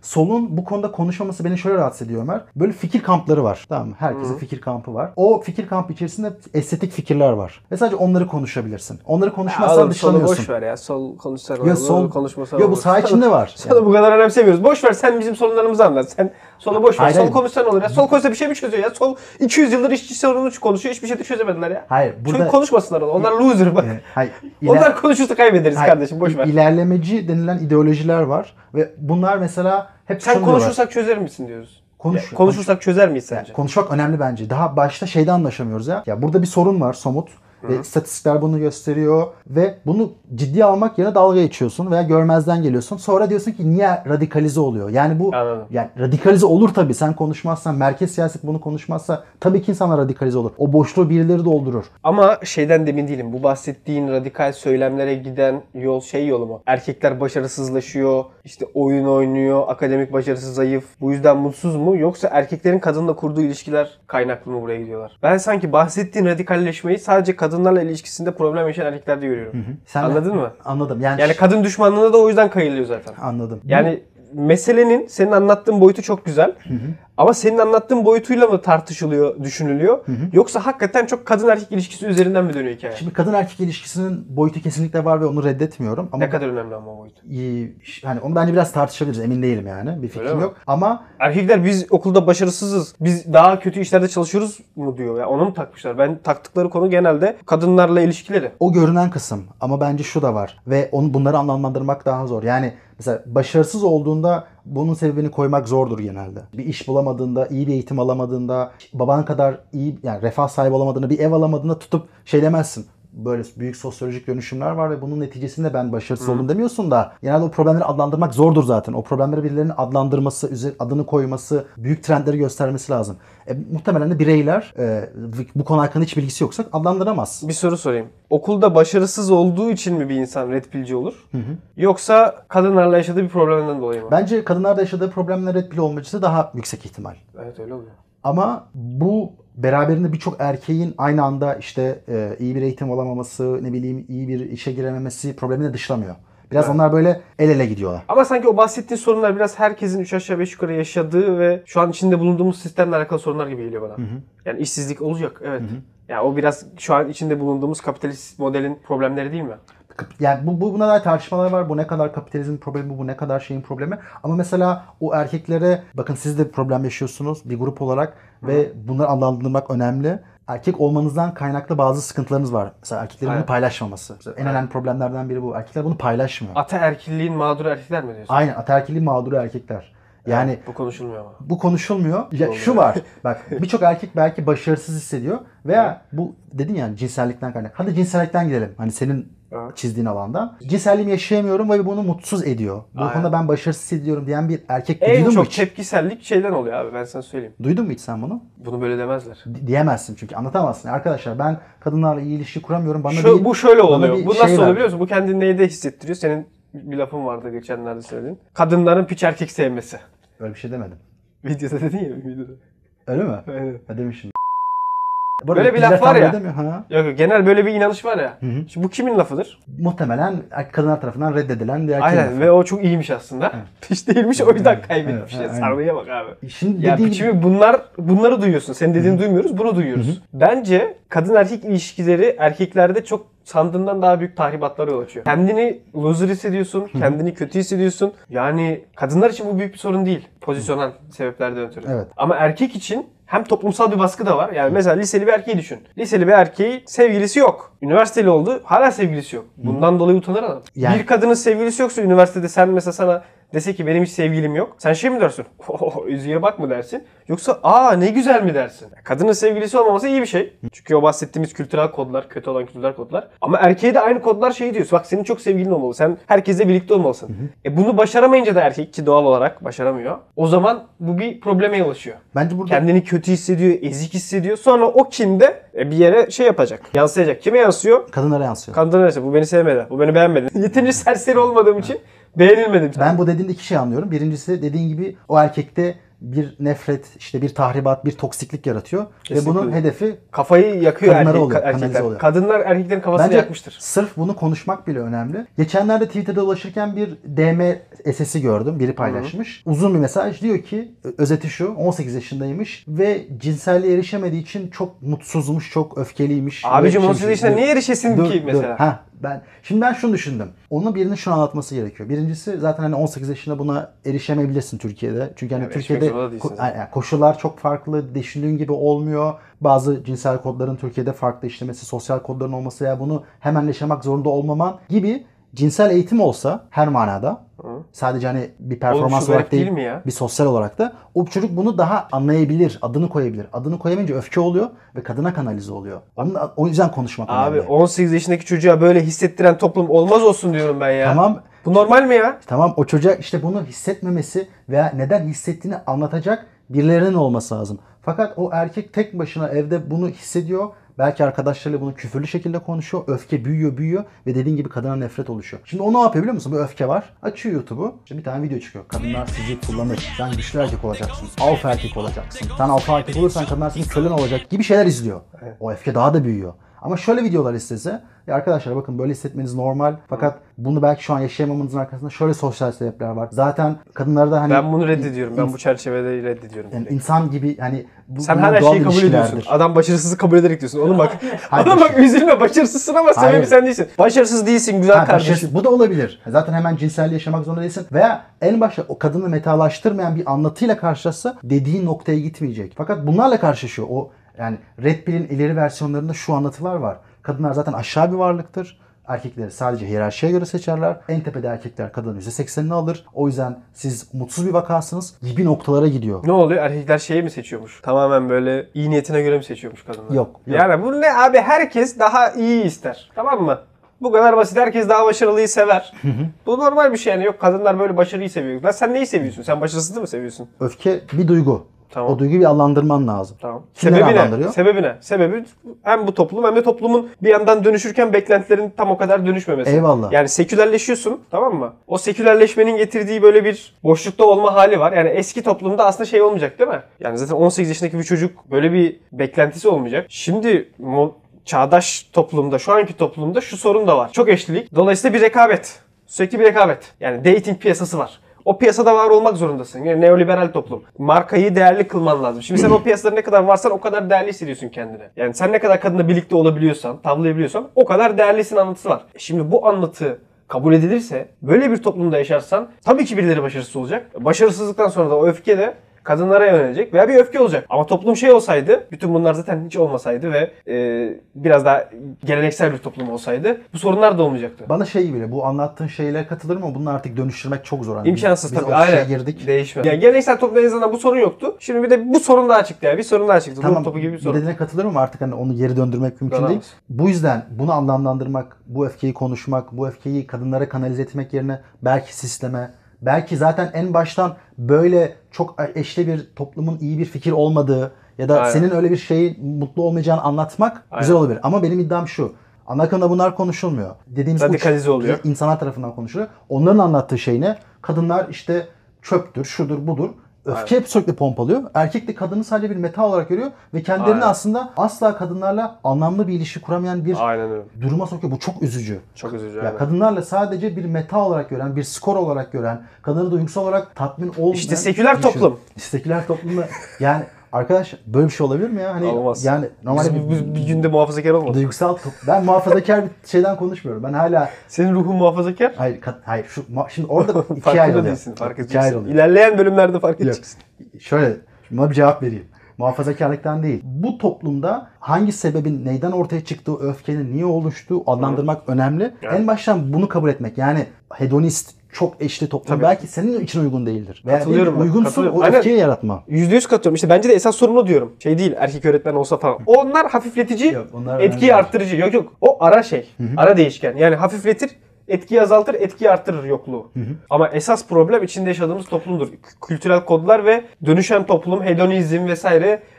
S1: solun bu konuda konuşmaması beni şöyle rahatsız ediyor Ömer. Böyle fikir kampları var. Tamam mı? Herkesin
S2: Hı.
S1: fikir kampı var. O fikir kampı içerisinde estetik fikirler var. Ve sadece onları konuşabilirsin. Onları konuşmazsan
S2: Solu
S1: dışlanıyorsun.
S2: boş ver ya. Sol konuşsak
S1: Ya
S2: olur,
S1: sol
S2: konuşmasak
S1: ya bu
S2: olur.
S1: saha içinde var.
S2: Sana bu kadar önemsemiyoruz. Boş ver, sen bizim sorunlarımızı anlat. Sen solu boş ver.
S1: Hayır,
S2: sol
S1: hayır.
S2: konuşsan olur ya. Sol konuşsa bir şey mi çözüyor ya? Sol iki yüz yıldır işçi sorunu konuşuyor. Hiçbir şey de çözemediler ya.
S1: Hayır, burada
S2: Çünkü konuşmasınlar onu. Onlar loser bak.
S1: e, hayır, iler-
S2: Onlar konuşursa kaybederiz
S1: hayır,
S2: kardeşim. Boş ver.
S1: İlerlemeci denilen ideolojiler var ve bunlar mesela hep
S2: Sen
S1: şunu diyorlar.
S2: konuşursak çözer misin diyoruz.
S1: Konuş-
S2: Ya, konuşursak çözer miyiz sence?
S1: Konuşmak önemli bence. Daha başta şeyde anlaşamıyoruz ya. Ya burada bir sorun var somut. Ve istatistikler bunu gösteriyor ve bunu ciddiye almak yerine dalga geçiyorsun veya görmezden geliyorsun. Sonra diyorsun ki niye radikalize oluyor? Yani bu
S2: Anladım.
S1: yani radikalize olur tabii. Sen konuşmazsan, merkez siyaset bunu konuşmazsa tabii ki insanlar radikalize olur. O boşluğu birileri doldurur.
S2: Ama şeyden de emin değilim. Bu bahsettiğin radikal söylemlere giden yol şey yolu mu? Erkekler başarısızlaşıyor, işte oyun oynuyor, akademik başarısı zayıf. Bu yüzden mutsuz mu? Yoksa erkeklerin kadınla kurduğu ilişkiler kaynaklı mı buraya gidiyorlar? Ben sanki bahsettiğin radikalleşmeyi sadece kadınlarla ilişkisinde problem yaşayan erkeklerde görüyorum.
S1: Sen
S2: Anladın mı?
S1: Anladım. Yani,
S2: Yani kadın düşmanlığına da o yüzden kayılıyor zaten.
S1: anladım.
S2: Yani meselenin senin anlattığın boyutu çok güzel. Ama senin anlattığın boyutuyla mı tartışılıyor, düşünülüyor? Yoksa hakikaten çok kadın erkek ilişkisi üzerinden mi dönüyor hikaye?
S1: Şimdi kadın erkek ilişkisinin boyutu kesinlikle var ve onu reddetmiyorum. Ama
S2: Ne kadar önemli ama o boyut.
S1: iyi, hani onu bence biraz tartışabiliriz. Emin değilim yani. Bir fikrim
S2: mi?
S1: yok. Ama
S2: Erkekler biz okulda başarısızız, biz daha kötü işlerde çalışıyoruz mu diyor. Ya onu mu takmışlar? Ben taktıkları konu genelde kadınlarla ilişkileri.
S1: o görünen kısım. Ama bence şu da var. Ve onu bunları anlamlandırmak daha zor. Yani mesela başarısız olduğunda bunun sebebini koymak zordur genelde. Bir iş bulamadığında, iyi bir eğitim alamadığında, baban kadar iyi yani refah sahibi olamadığında, bir ev alamadığında tutup şey demezsin. Böyle büyük sosyolojik dönüşümler var ve bunun neticesinde ben başarısız oldum demiyorsun da genelde o problemleri adlandırmak zordur zaten. O problemleri birilerinin adlandırması, üzer- adını koyması, büyük trendleri göstermesi lazım. E, muhtemelen de bireyler e, bu konu hakkında hiç bilgisi yoksa adlandıramaz.
S2: Bir soru sorayım. Okulda başarısız olduğu için mi bir insan red pillci olur? Yoksa kadınlarla yaşadığı bir problemden dolayı mı?
S1: Bence kadınlarda yaşadığı problemler red pill olması daha yüksek ihtimal.
S2: Evet öyle oluyor.
S1: Ama bu beraberinde birçok erkeğin aynı anda işte e, iyi bir eğitim alamaması, ne bileyim iyi bir işe girememesi problemini dışlamıyor. Biraz
S2: Evet.
S1: onlar böyle el ele gidiyorlar.
S2: Ama sanki o bahsettiğin sorunlar biraz herkesin üç aşağı beş yukarı yaşadığı ve şu an içinde bulunduğumuz sistemle alakalı sorunlar gibi geliyor bana. Yani işsizlik olacak, evet. Yani o biraz şu an içinde bulunduğumuz kapitalist modelin problemleri değil mi?
S1: Yani bu, bu buna dair tartışmalar var. Bu ne kadar kapitalizmin problemi, bu ne kadar şeyin problemi. Ama mesela o erkeklere bakın siz de bir problem yaşıyorsunuz bir grup olarak ve bunları adlandırmak önemli. Erkek olmanızdan kaynaklı bazı sıkıntılarınız var. Mesela erkeklerin
S2: Aynen.
S1: bunu paylaşmaması. Mesela en
S2: Aynen.
S1: önemli problemlerden biri bu. Erkekler bunu paylaşmıyor.
S2: Ataerkilliğin mağduru erkekler mi diyorsun?
S1: Aynen ataerkilliğin mağduru erkekler. Yani
S2: Evet, bu konuşulmuyor ama.
S1: bu konuşulmuyor. Ya
S2: Oluyor.
S1: şu var. Bak birçok erkek belki başarısız hissediyor veya bu dedin yani cinsellikten kaynak. Hadi cinsellikten gidelim. Hani senin
S2: Evet.
S1: çizdiğin alanda. Cinselliğimi yaşayamıyorum ve bunu mutsuz ediyor. Bu
S2: Aynen.
S1: konuda ben başarısız hissediyorum diyen bir erkek
S2: En
S1: duydun mu
S2: çok
S1: hiç?
S2: tepkisellik şeyden oluyor abi, ben sana söyleyeyim.
S1: Duydun mu hiç sen bunu?
S2: Bunu böyle demezler.
S1: Di- diyemezsin çünkü anlatamazsın. Arkadaşlar ben kadınlarla iyi ilişki kuramıyorum. Bana
S2: Şu,
S1: bir,
S2: bu şöyle
S1: bana
S2: oluyor.
S1: bir
S2: Bu
S1: şey
S2: nasıl
S1: ver.
S2: oluyor biliyor musun? Bu kendini neyde hissettiriyor? Senin bir lafın vardı geçenlerde söylediğin. Kadınların piç erkek sevmesi.
S1: Öyle bir şey demedim.
S2: Videoda dedin ya, videoda.
S1: Öyle mi?
S2: Aynen.
S1: Ha demişim.
S2: Böyle bir
S1: bizler
S2: laf var
S1: tam
S2: ya.
S1: öyle demiyor, Ha?
S2: Yok yok, genel böyle bir inanış var ya.
S1: Hı hı.
S2: Şimdi bu kimin lafıdır?
S1: Muhtemelen kadınlar tarafından reddedilen bir erkek
S2: Aynen
S1: lafı.
S2: ve o çok iyiymiş aslında. Piç değilmiş, o yüzden kaybetmiş.
S1: Evet, evet,
S2: Sarmaya bak abi.
S1: Şimdi
S2: Ya
S1: dediğin
S2: piçimi bunlar, bunları duyuyorsun. Senin dediğini duymuyoruz, bunu duyuyoruz. Bence kadın erkek ilişkileri erkeklerde çok sandığından daha büyük tahribatlara yol açıyor. Kendini loser hissediyorsun, kendini kötü hissediyorsun. Yani kadınlar için bu büyük bir sorun değil. Pozisyonel sebeplerden ötürü.
S1: Evet.
S2: Ama erkek için hem toplumsal bir baskı da var. Yani mesela liseli bir erkeği düşün. Liseli bir erkeği sevgilisi yok. Üniversiteli oldu, hala sevgilisi yok. Bundan dolayı utanır adam.
S1: Yani-
S2: Bir kadının sevgilisi yoksa üniversitede sen mesela sana dese ki benim hiç sevgilim yok. Sen şey mi dersin? Oh, üzüye bak mı dersin? Yoksa aa ne güzel mi dersin? Kadının sevgilisi olmaması iyi bir şey. Çünkü o bahsettiğimiz kültürel kodlar, kötü olan kültürel kodlar. Ama erkeğe de aynı kodlar şey diyorsun. Bak senin çok sevgilin olmalı. Sen herkesle birlikte olmalısın. E bunu başaramayınca da erkek, ki doğal olarak başaramıyor. O zaman bu bir probleme yol açıyor.
S1: Bence burada
S2: Kendini kötü hissediyor, ezik hissediyor. Sonra o kin de e, bir yere şey yapacak. Yansıyacak. Kime yansıyor?
S1: kadınlara yansıyor.
S2: Kadınlara yansıyor. Bu beni sevmedi. Bu beni beğenmedi. Yeterince serseri olmadığım için beğenilmedim.
S1: Ben bu dediğinde iki şey anlıyorum. Birincisi dediğin gibi o erkekte bir nefret, işte bir tahribat, bir toksiklik yaratıyor.
S2: Kesinlikle.
S1: Ve bunun hedefi
S2: Kafayı yakıyor
S1: kadınlara
S2: erkek,
S1: oluyor,
S2: erkekler.
S1: kanalize oluyor.
S2: Kadınlar erkeklerin kafasını
S1: Bence
S2: yakmıştır.
S1: sırf bunu konuşmak bile önemli. Geçenlerde Twitter'da dolaşırken bir D M S S'i gördüm. Biri paylaşmış. Hı hı. Uzun bir mesaj. Diyor ki, özeti şu: on sekiz yaşındaymış ve cinselliğe erişemediği için çok mutsuzmuş, çok öfkeliymiş.
S2: Abicim
S1: Ve
S2: on sekiz yaşında niye erişesin
S1: dur,
S2: ki mesela?
S1: Dur. Ha, ben şimdi ben şunu düşündüm. Onun birinin şunu anlatması gerekiyor. Birincisi, zaten hani on sekiz yaşında buna erişemeyebilirsin Türkiye'de. Çünkü hani
S2: yani
S1: Türkiye'de ko- yani koşullar çok farklı, düşündüğün gibi olmuyor. Bazı cinsel kodların Türkiye'de farklı işlemesi, sosyal kodların olması veya bunu hemen yaşamak zorunda olmaman gibi cinsel eğitim olsa her manada, hı, sadece hani bir performans
S2: Oğlum,
S1: olarak değil,
S2: değil mi ya?
S1: bir sosyal olarak da o çocuk bunu daha anlayabilir, adını koyabilir. Adını koyamayınca öfke oluyor ve kadına kanalize oluyor. Onun, o yüzden konuşmak
S2: Abi
S1: önemli.
S2: on sekiz yaşındaki çocuğa böyle hissettiren toplum olmaz olsun diyorum ben ya.
S1: Tamam.
S2: Bu normal mi ya?
S1: Tamam, o çocuğa işte bunu hissetmemesi veya neden hissettiğini anlatacak birilerinin olması lazım. Fakat o erkek tek başına evde bunu hissediyor. Belki arkadaşlarıyla bunu küfürlü şekilde konuşuyor. Öfke büyüyor büyüyor ve dediğin gibi kadına nefret oluşuyor. Şimdi o ne yapıyor biliyor musun? Bu öfke var. Açıyor YouTube'u. İşte bir tane video çıkıyor. Kadınlar sizi kullanır. Sen güçlü erkek olacaksın. Alfa erkek olacaksın. Sen alfa erkek olursan kadınlar senin kölen olacak gibi şeyler izliyor. Evet. O öfke daha da büyüyor. Ama şöyle videolar istese, ya arkadaşlar bakın böyle hissetmeniz normal. Fakat bunu belki şu an yaşayamamanızın arkasında şöyle sosyal sebepler var. Zaten kadınları da hani...
S2: Ben bunu reddediyorum. Ben bu çerçevede reddediyorum.
S1: Yani insan gibi hani... Bu,
S2: sen her şeyi kabul ediyorsun. Adam başarısızı kabul ederek diyorsun. Oğlum bak. Oğlum bak, üzülme, başarısızsın ama sebebi Hayır. sen değilsin. Başarısız değilsin güzel ha, kardeşim. Başarısız.
S1: Bu da olabilir. Zaten hemen cinselliği yaşamak zorunda değilsin. Veya en başta o kadını metalaştırmayan bir anlatıyla karşılaşsa dediğin noktaya gitmeyecek. Fakat bunlarla karşılaşıyor. O yani Red Pill'in ileri versiyonlarında şu anlatılar var. Kadınlar zaten aşağı bir varlıktır. Erkekleri sadece hiyerarşiye göre seçerler. En tepede erkekler kadının yüzde seksenini alır. O yüzden siz mutsuz bir vakasınız gibi noktalara gidiyor.
S2: Ne oluyor? Erkekler şeyi mi seçiyormuş? Tamamen böyle iyi niyetine göre mi seçiyormuş kadınlar?
S1: Yok. yok.
S2: Yani bu ne abi? Herkes daha iyi ister. Tamam mı? Bu kadar basit. Herkes daha başarılıyı sever. Bu normal bir şey yani. Yok, kadınlar böyle başarıyı seviyor. Lan sen neyi seviyorsun? Sen başarısızlığı mı seviyorsun?
S1: Öfke bir duygu.
S2: Tamam.
S1: O duyguyu bir adlandırman lazım.
S2: Tamam.
S1: Kimler
S2: Sebebi
S1: adlandırıyor?
S2: ne? Sebebi ne? Sebebi hem bu toplum hem de toplumun bir yandan dönüşürken beklentilerin tam o kadar dönüşmemesi.
S1: Eyvallah.
S2: Yani sekülerleşiyorsun, tamam mı? O sekülerleşmenin getirdiği böyle bir boşlukta olma hali var. Yani eski toplumda aslında şey olmayacak değil mi? Yani zaten on sekiz yaşındaki bir çocuk böyle bir beklentisi olmayacak. Şimdi çağdaş toplumda, şu anki toplumda şu sorun da var. Çok eşlilik. Dolayısıyla bir rekabet. Sürekli bir rekabet. Yani dating piyasası var. O piyasada var olmak zorundasın. Yani neoliberal toplum. Markayı değerli kılman lazım. Şimdi sen o piyasada ne kadar varsan o kadar değerli hissediyorsun kendini. Yani sen ne kadar kadınla birlikte olabiliyorsan, tavlayabiliyorsan o kadar değerlisin anlatısı var. Şimdi bu anlatı kabul edilirse, böyle bir toplumda yaşarsan tabii ki birileri başarısız olacak. Başarısızlıktan sonra da o öfke de kadınlara yönelecek veya bir öfke olacak. Ama toplum şey olsaydı, bütün bunlar zaten hiç olmasaydı ve e, biraz daha geleneksel bir toplum olsaydı bu sorunlar da olmayacaktı.
S1: Bana şey gibi, bu anlattığın şeylere katılırım ama bunu artık dönüştürmek çok zor. Yani
S2: İmkansız
S1: biz,
S2: tabii.
S1: Biz
S2: Aynen.
S1: girdik.
S2: Değişmez. Yani geleneksel toplumda en azından bu sorun yoktu. Şimdi bir de bu sorun daha çıktı yani. Bir sorun daha çıktı.
S1: Tamam,
S2: Ruh topu gibi bir sorun.
S1: Bu dediğine katılırım ama artık hani onu geri döndürmek mümkün
S2: Olamaz.
S1: değil. Bu yüzden bunu anlamlandırmak, bu öfkeyi konuşmak, bu öfkeyi kadınlara kanalize etmek yerine belki sisteme, belki zaten en baştan böyle çok eşli bir toplumun iyi bir fikir olmadığı ya da
S2: Aynen.
S1: senin öyle bir şeyi mutlu olmayacağını anlatmak
S2: Aynen.
S1: güzel olabilir. Ama benim iddiam şu: ana akımda bunlar konuşulmuyor. Dediğimiz
S2: radikalize oluyor.
S1: insanlar tarafından konuşuluyor. Onların anlattığı şey ne? Kadınlar işte çöptür, şudur, budur. Öfke hep sürekli pompalıyor. Erkek de kadını sadece bir meta olarak görüyor ve kendilerini
S2: Aynen.
S1: aslında asla kadınlarla anlamlı bir ilişki kuramayan bir
S2: Aynen öyle.
S1: duruma sokuyor. Bu çok üzücü.
S2: Çok üzücü.
S1: Ya
S2: aynen.
S1: kadınlarla sadece bir meta olarak gören, bir skor olarak gören, kadını duygusal olarak tatmin olmayan...
S2: İşte seküler
S1: bir şey.
S2: toplum.
S1: Seküler toplumda yani arkadaş böyle bir şey olabilir mi ya? Hani
S2: Olmaz.
S1: yani normalde
S2: Biz, biz bir günde muhafazakar olmadık.
S1: duygusal top... Ben muhafazakar bir şeyden konuşmuyorum. Ben hala
S2: Senin ruhun muhafazakar.
S1: hayır kat- hayır şu ma- şimdi orada ikiye
S2: Farkında
S1: ayrılıyor.
S2: değilsin. Fark
S1: İkiye
S2: edeceksin.
S1: ayrılıyor.
S2: İlerleyen bölümlerde fark
S1: Yok.
S2: edeceksin.
S1: Şöyle, buna bir cevap vereyim. Muhafazakarlıktan değil. Bu toplumda hangi sebebin neyden ortaya çıktığı, öfkenin niye oluştuğu adlandırmak Hı. önemli.
S2: Yani.
S1: En baştan bunu kabul etmek. Yani hedonist, çok eşli toplum
S2: Tabii.
S1: belki senin için uygun değildir. Veya
S2: Katılıyorum
S1: değil,
S2: ben,
S1: uygunsun
S2: katılıyorum.
S1: o
S2: Aynen.
S1: öfkeyi yaratma.
S2: yüzde yüz katılıyorum. İşte bence de esas sorumlu diyorum. Şey değil, erkek öğretmen olsa falan. Onlar hafifletici,
S1: Yok, onlar
S2: etkiyi
S1: önemli.
S2: arttırıcı. Yok yok. O ara şey. Hı hı. Ara değişken. Yani hafifletir, etkiyi azaltır, etkiyi arttırır yokluğu. Hı hı. Ama esas problem içinde yaşadığımız toplumdur. K- Kültürel kodlar ve dönüşen toplum, hedonizm vesaire.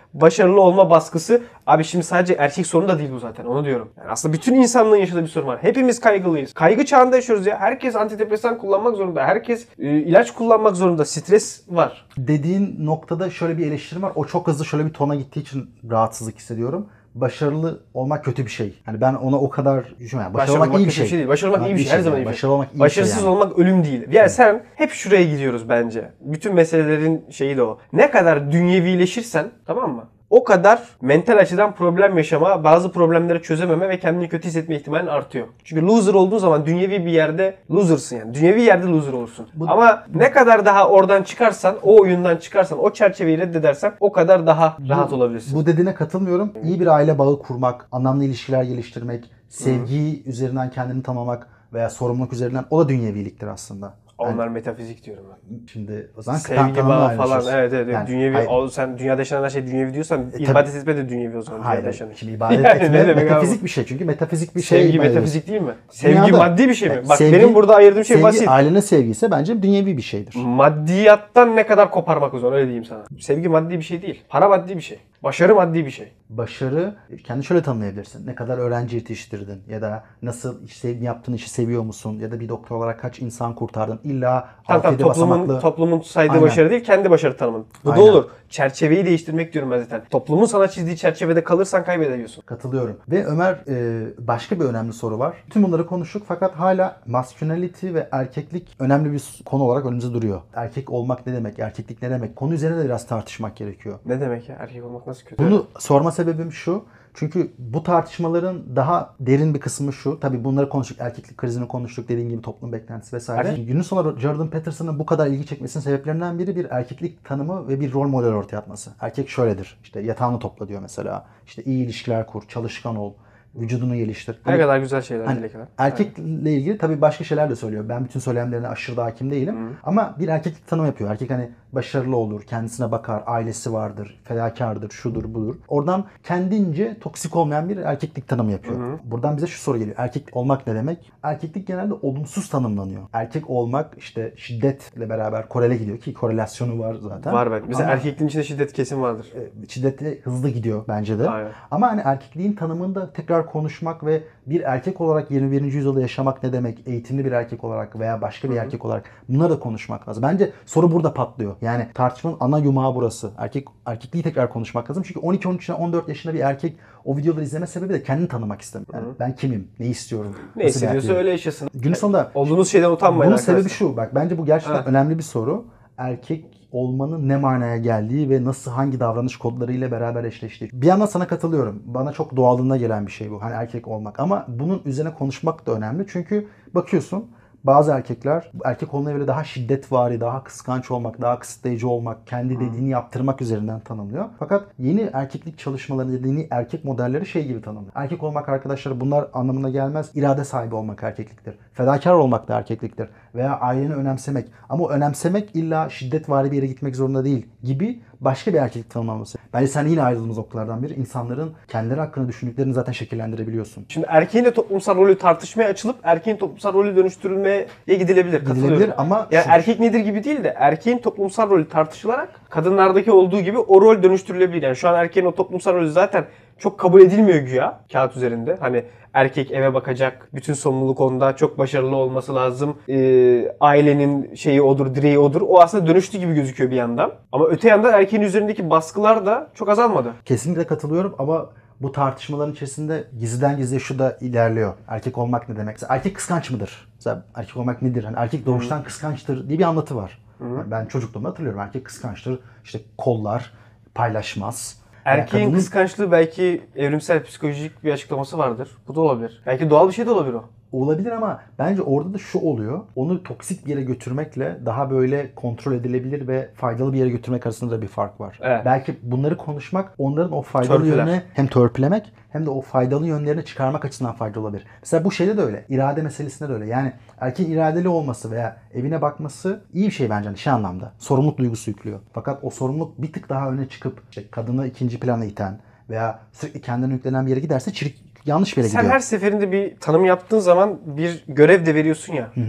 S2: başarılı olma baskısı. Abi şimdi sadece erkek sorunu da değil bu zaten. Onu diyorum. Yani aslında bütün insanlığın yaşadığı bir sorun var. Hepimiz kaygılıyız. Kaygı çağında yaşıyoruz ya. Herkes antidepresan kullanmak zorunda. Herkes e, ilaç kullanmak zorunda. Stres var.
S1: Dediğin noktada şöyle bir eleştirim var. O çok hızlı şöyle bir tona gittiği için rahatsızlık hissediyorum. Başarılı olmak kötü bir şey. Yani ben ona o kadar düşünmüyorum. Yani başarılı olmak iyi bir şey.
S2: şey değil. Başarılı olmak iyi bir şey. Her zaman iyi bir şey.
S1: Başarılı olmak iyi
S2: Başarısız
S1: bir şey yani.
S2: olmak ölüm değil. Yani sen hep şuraya gidiyoruz bence. Bütün meselelerin şeyi de o. Ne kadar dünyevileşirsen, tamam mı? O kadar mental açıdan problem yaşama, bazı problemleri çözememe ve kendini kötü hissetme ihtimalin artıyor. Çünkü loser olduğun zaman dünyevi bir yerde loser'sın yani. Dünyevi yerde loser olursun. Bu... Ama ne kadar daha oradan çıkarsan, o oyundan çıkarsan, o çerçeveyi reddedersen o kadar daha bu, rahat olabilirsin.
S1: Bu dediğine katılmıyorum. İyi bir aile bağı kurmak, anlamlı ilişkiler geliştirmek, sevgi Hı. üzerinden kendini tanımak veya sorumluluk üzerinden o da dünyeviliktir aslında.
S2: Onlar
S1: yani,
S2: metafizik diyorum ben.
S1: Şimdi o zaman
S2: sevgi bağı falan, evet evet.
S1: Yani,
S2: dünyevi, o, sen dünyada yaşanan her şey dünyevi diyorsan e, ibadet etme de dünyevi o zaman.
S1: Hayır, şimdi ibadet yani etme metafizik abi? Bir şey çünkü metafizik bir şey.
S2: Sevgi metafizik ediyorsun. Değil mi? Sevgi
S1: Dünyada,
S2: maddi bir şey mi?
S1: yani
S2: Bak
S1: sevgi,
S2: benim burada ayırdığım şey
S1: sevgi,
S2: basit.
S1: Ailenin sevgisi ise bence dünyevi bir şeydir.
S2: Maddiyattan ne kadar koparmak o zaman, öyle diyeyim sana. Sevgi maddi bir şey değil. Para maddi bir şey. Başarı maddi bir şey.
S1: Başarı kendi şöyle tanımlayabilirsin. Ne kadar öğrenci yetiştirdin ya da nasıl işte yaptığın işi seviyor musun ya da bir doktor olarak kaç insan kurtardın. İlla
S2: tamam, tamam, toplumun, basamaklı... toplumun saydığı Aynen. başarı değil, kendi başarı tanımın. Bu Aynen. da olur. Çerçeveyi değiştirmek diyorum ben zaten. Toplumun sana çizdiği çerçevede kalırsan kaybediyorsun.
S1: Katılıyorum. Ve Ömer başka bir önemli soru var. Tüm bunları konuştuk fakat hala masculinity ve erkeklik önemli bir konu olarak önümüzde duruyor. Erkek olmak ne demek? Erkeklik ne demek? Konu üzerine de biraz tartışmak gerekiyor.
S2: Ne demek ya? Erkek olmak nasıl kötü?
S1: Bunu sorma sebebim şu. Çünkü bu tartışmaların daha derin bir kısmı şu. Tabii bunları konuştuk. Erkeklik krizini konuştuk. Dediğin gibi toplum beklentisi vesaire. Erkek... Günün sonunda Jordan Peterson'ın bu kadar ilgi çekmesinin sebeplerinden biri bir erkeklik tanımı ve bir rol model ortaya atması. Erkek şöyledir. İşte yatağını topla diyor mesela. İşte iyi ilişkiler kur, çalışkan ol. Vücudunu geliştir.
S2: Ne hani, kadar güzel şeyler.
S1: Hani, erkekle ilgili tabii başka şeyler de söylüyor. Ben bütün söylemlerine aşırı da hakim değilim. Hı. Ama bir erkeklik tanımı yapıyor. Erkek hani başarılı olur, kendisine bakar, ailesi vardır, fedakardır, şudur budur. Oradan kendince toksik olmayan bir erkeklik tanımı yapıyor. Hı. Buradan bize şu soru geliyor. Erkek olmak ne demek? Erkeklik genelde olumsuz tanımlanıyor. Erkek olmak işte şiddetle beraber korele gidiyor ki korelasyonu var zaten.
S2: Var ben. Mesela erkekliğin içinde şiddet kesin vardır.
S1: Şiddete hızlı gidiyor bence de.
S2: Aynen.
S1: Ama hani erkekliğin tanımında tekrar konuşmak ve bir erkek olarak yirmi birinci yüzyılda yaşamak ne demek? Eğitimli bir erkek olarak veya başka bir Hı-hı. erkek olarak bunları da konuşmak lazım. Bence soru burada patlıyor. Yani tartışmanın ana yumağı burası. Erkek erkekliği tekrar konuşmak lazım. Çünkü on iki on üç on dört yaşında bir erkek o videoları izleme sebebi de kendini tanımak istemiyor. Yani ben kimim? Ne istiyorum?
S2: Ne hissediyorsa öyle yaşasın.
S1: Gün sonunda
S2: olduğunuz şeyden utanmayın
S1: bunun arkadaşlar. Sebebi şu. Bak bence bu gerçekten evet. önemli bir soru. Erkek olmanın ne manaya geldiği ve nasıl hangi davranış kodlarıyla beraber eşleştiği. Bir yandan sana katılıyorum. Bana çok doğalına gelen bir şey bu. Hani erkek olmak. Ama bunun üzerine konuşmak da önemli. Çünkü bakıyorsun bazı erkekler erkek olmaya böyle daha şiddetvari, daha kıskanç olmak, daha kısıtlayıcı olmak, kendi dediğini yaptırmak üzerinden tanımlıyor. Fakat yeni erkeklik çalışmalarında yeni erkek modelleri şey gibi tanımlıyor. Erkek olmak arkadaşlar bunlar anlamına gelmez. İrade sahibi olmak erkekliktir. Fedakar olmak da erkekliktir. Veya aileni önemsemek. Ama o önemsemek illa şiddetvari bir yere gitmek zorunda değil gibi başka bir erkeklik tanımlaması. Bence sen yine ayrıldığımız noktalardan biri. İnsanların kendileri hakkında düşündüklerini zaten şekillendirebiliyorsun.
S2: Şimdi erkeğin de toplumsal rolü tartışmaya açılıp erkeğin toplumsal rolü dönüştürülmeye gidilebilir.
S1: Gidilebilir ama...
S2: Yani erkek nedir gibi değil de erkeğin toplumsal rolü tartışılarak kadınlardaki olduğu gibi o rol dönüştürülebilir. Yani şu an erkeğin o toplumsal rolü zaten çok kabul edilmiyor güya kağıt üzerinde. Hani erkek eve bakacak, bütün sorumluluk onda, çok başarılı olması lazım. Ee, ailenin şeyi odur, direği odur. O aslında dönüştü gibi gözüküyor bir yandan. Ama öte yandan erkeğin üzerindeki baskılar da çok azalmadı.
S1: Kesinlikle katılıyorum ama bu tartışmaların içerisinde gizliden gizliye şu da ilerliyor. Erkek olmak ne demek? Mesela erkek kıskanç mıdır? Mesela erkek olmak nedir? Hani erkek doğuştan Hı. kıskançtır diye bir anlatı var. Yani ben çocukluğumda hatırlıyorum. Erkek kıskançtır. İşte kollar, paylaşmaz.
S2: Erkeğin yani kadının... kıskançlığı belki evrimsel psikolojik bir açıklaması vardır. Bu da olabilir. Belki doğal bir şey de olabilir o.
S1: Olabilir ama bence orada da şu oluyor. Onu toksik bir yere götürmekle daha böyle kontrol edilebilir ve faydalı bir yere götürmek arasında da bir fark var.
S2: Evet.
S1: Belki bunları konuşmak onların o faydalı
S2: Törpüler.
S1: yönüne hem törpülemek hem de o faydalı yönlerini çıkarmak açısından faydalı olabilir. Mesela bu şeyde de öyle. İrade meselesinde de öyle. Yani erkeğin iradeli olması veya evine bakması iyi bir şey bence hani şey anlamda. Sorumluluk duygusu yüklüyor. Fakat o sorumluluk bir tık daha öne çıkıp işte kadını ikinci plana iten veya sürekli kendine yüklenen bir yere giderse çirik yanlış bir yere
S2: Sen
S1: gidiyor.
S2: her seferinde bir tanım yaptığın zaman bir görev de veriyorsun ya. Hı hı.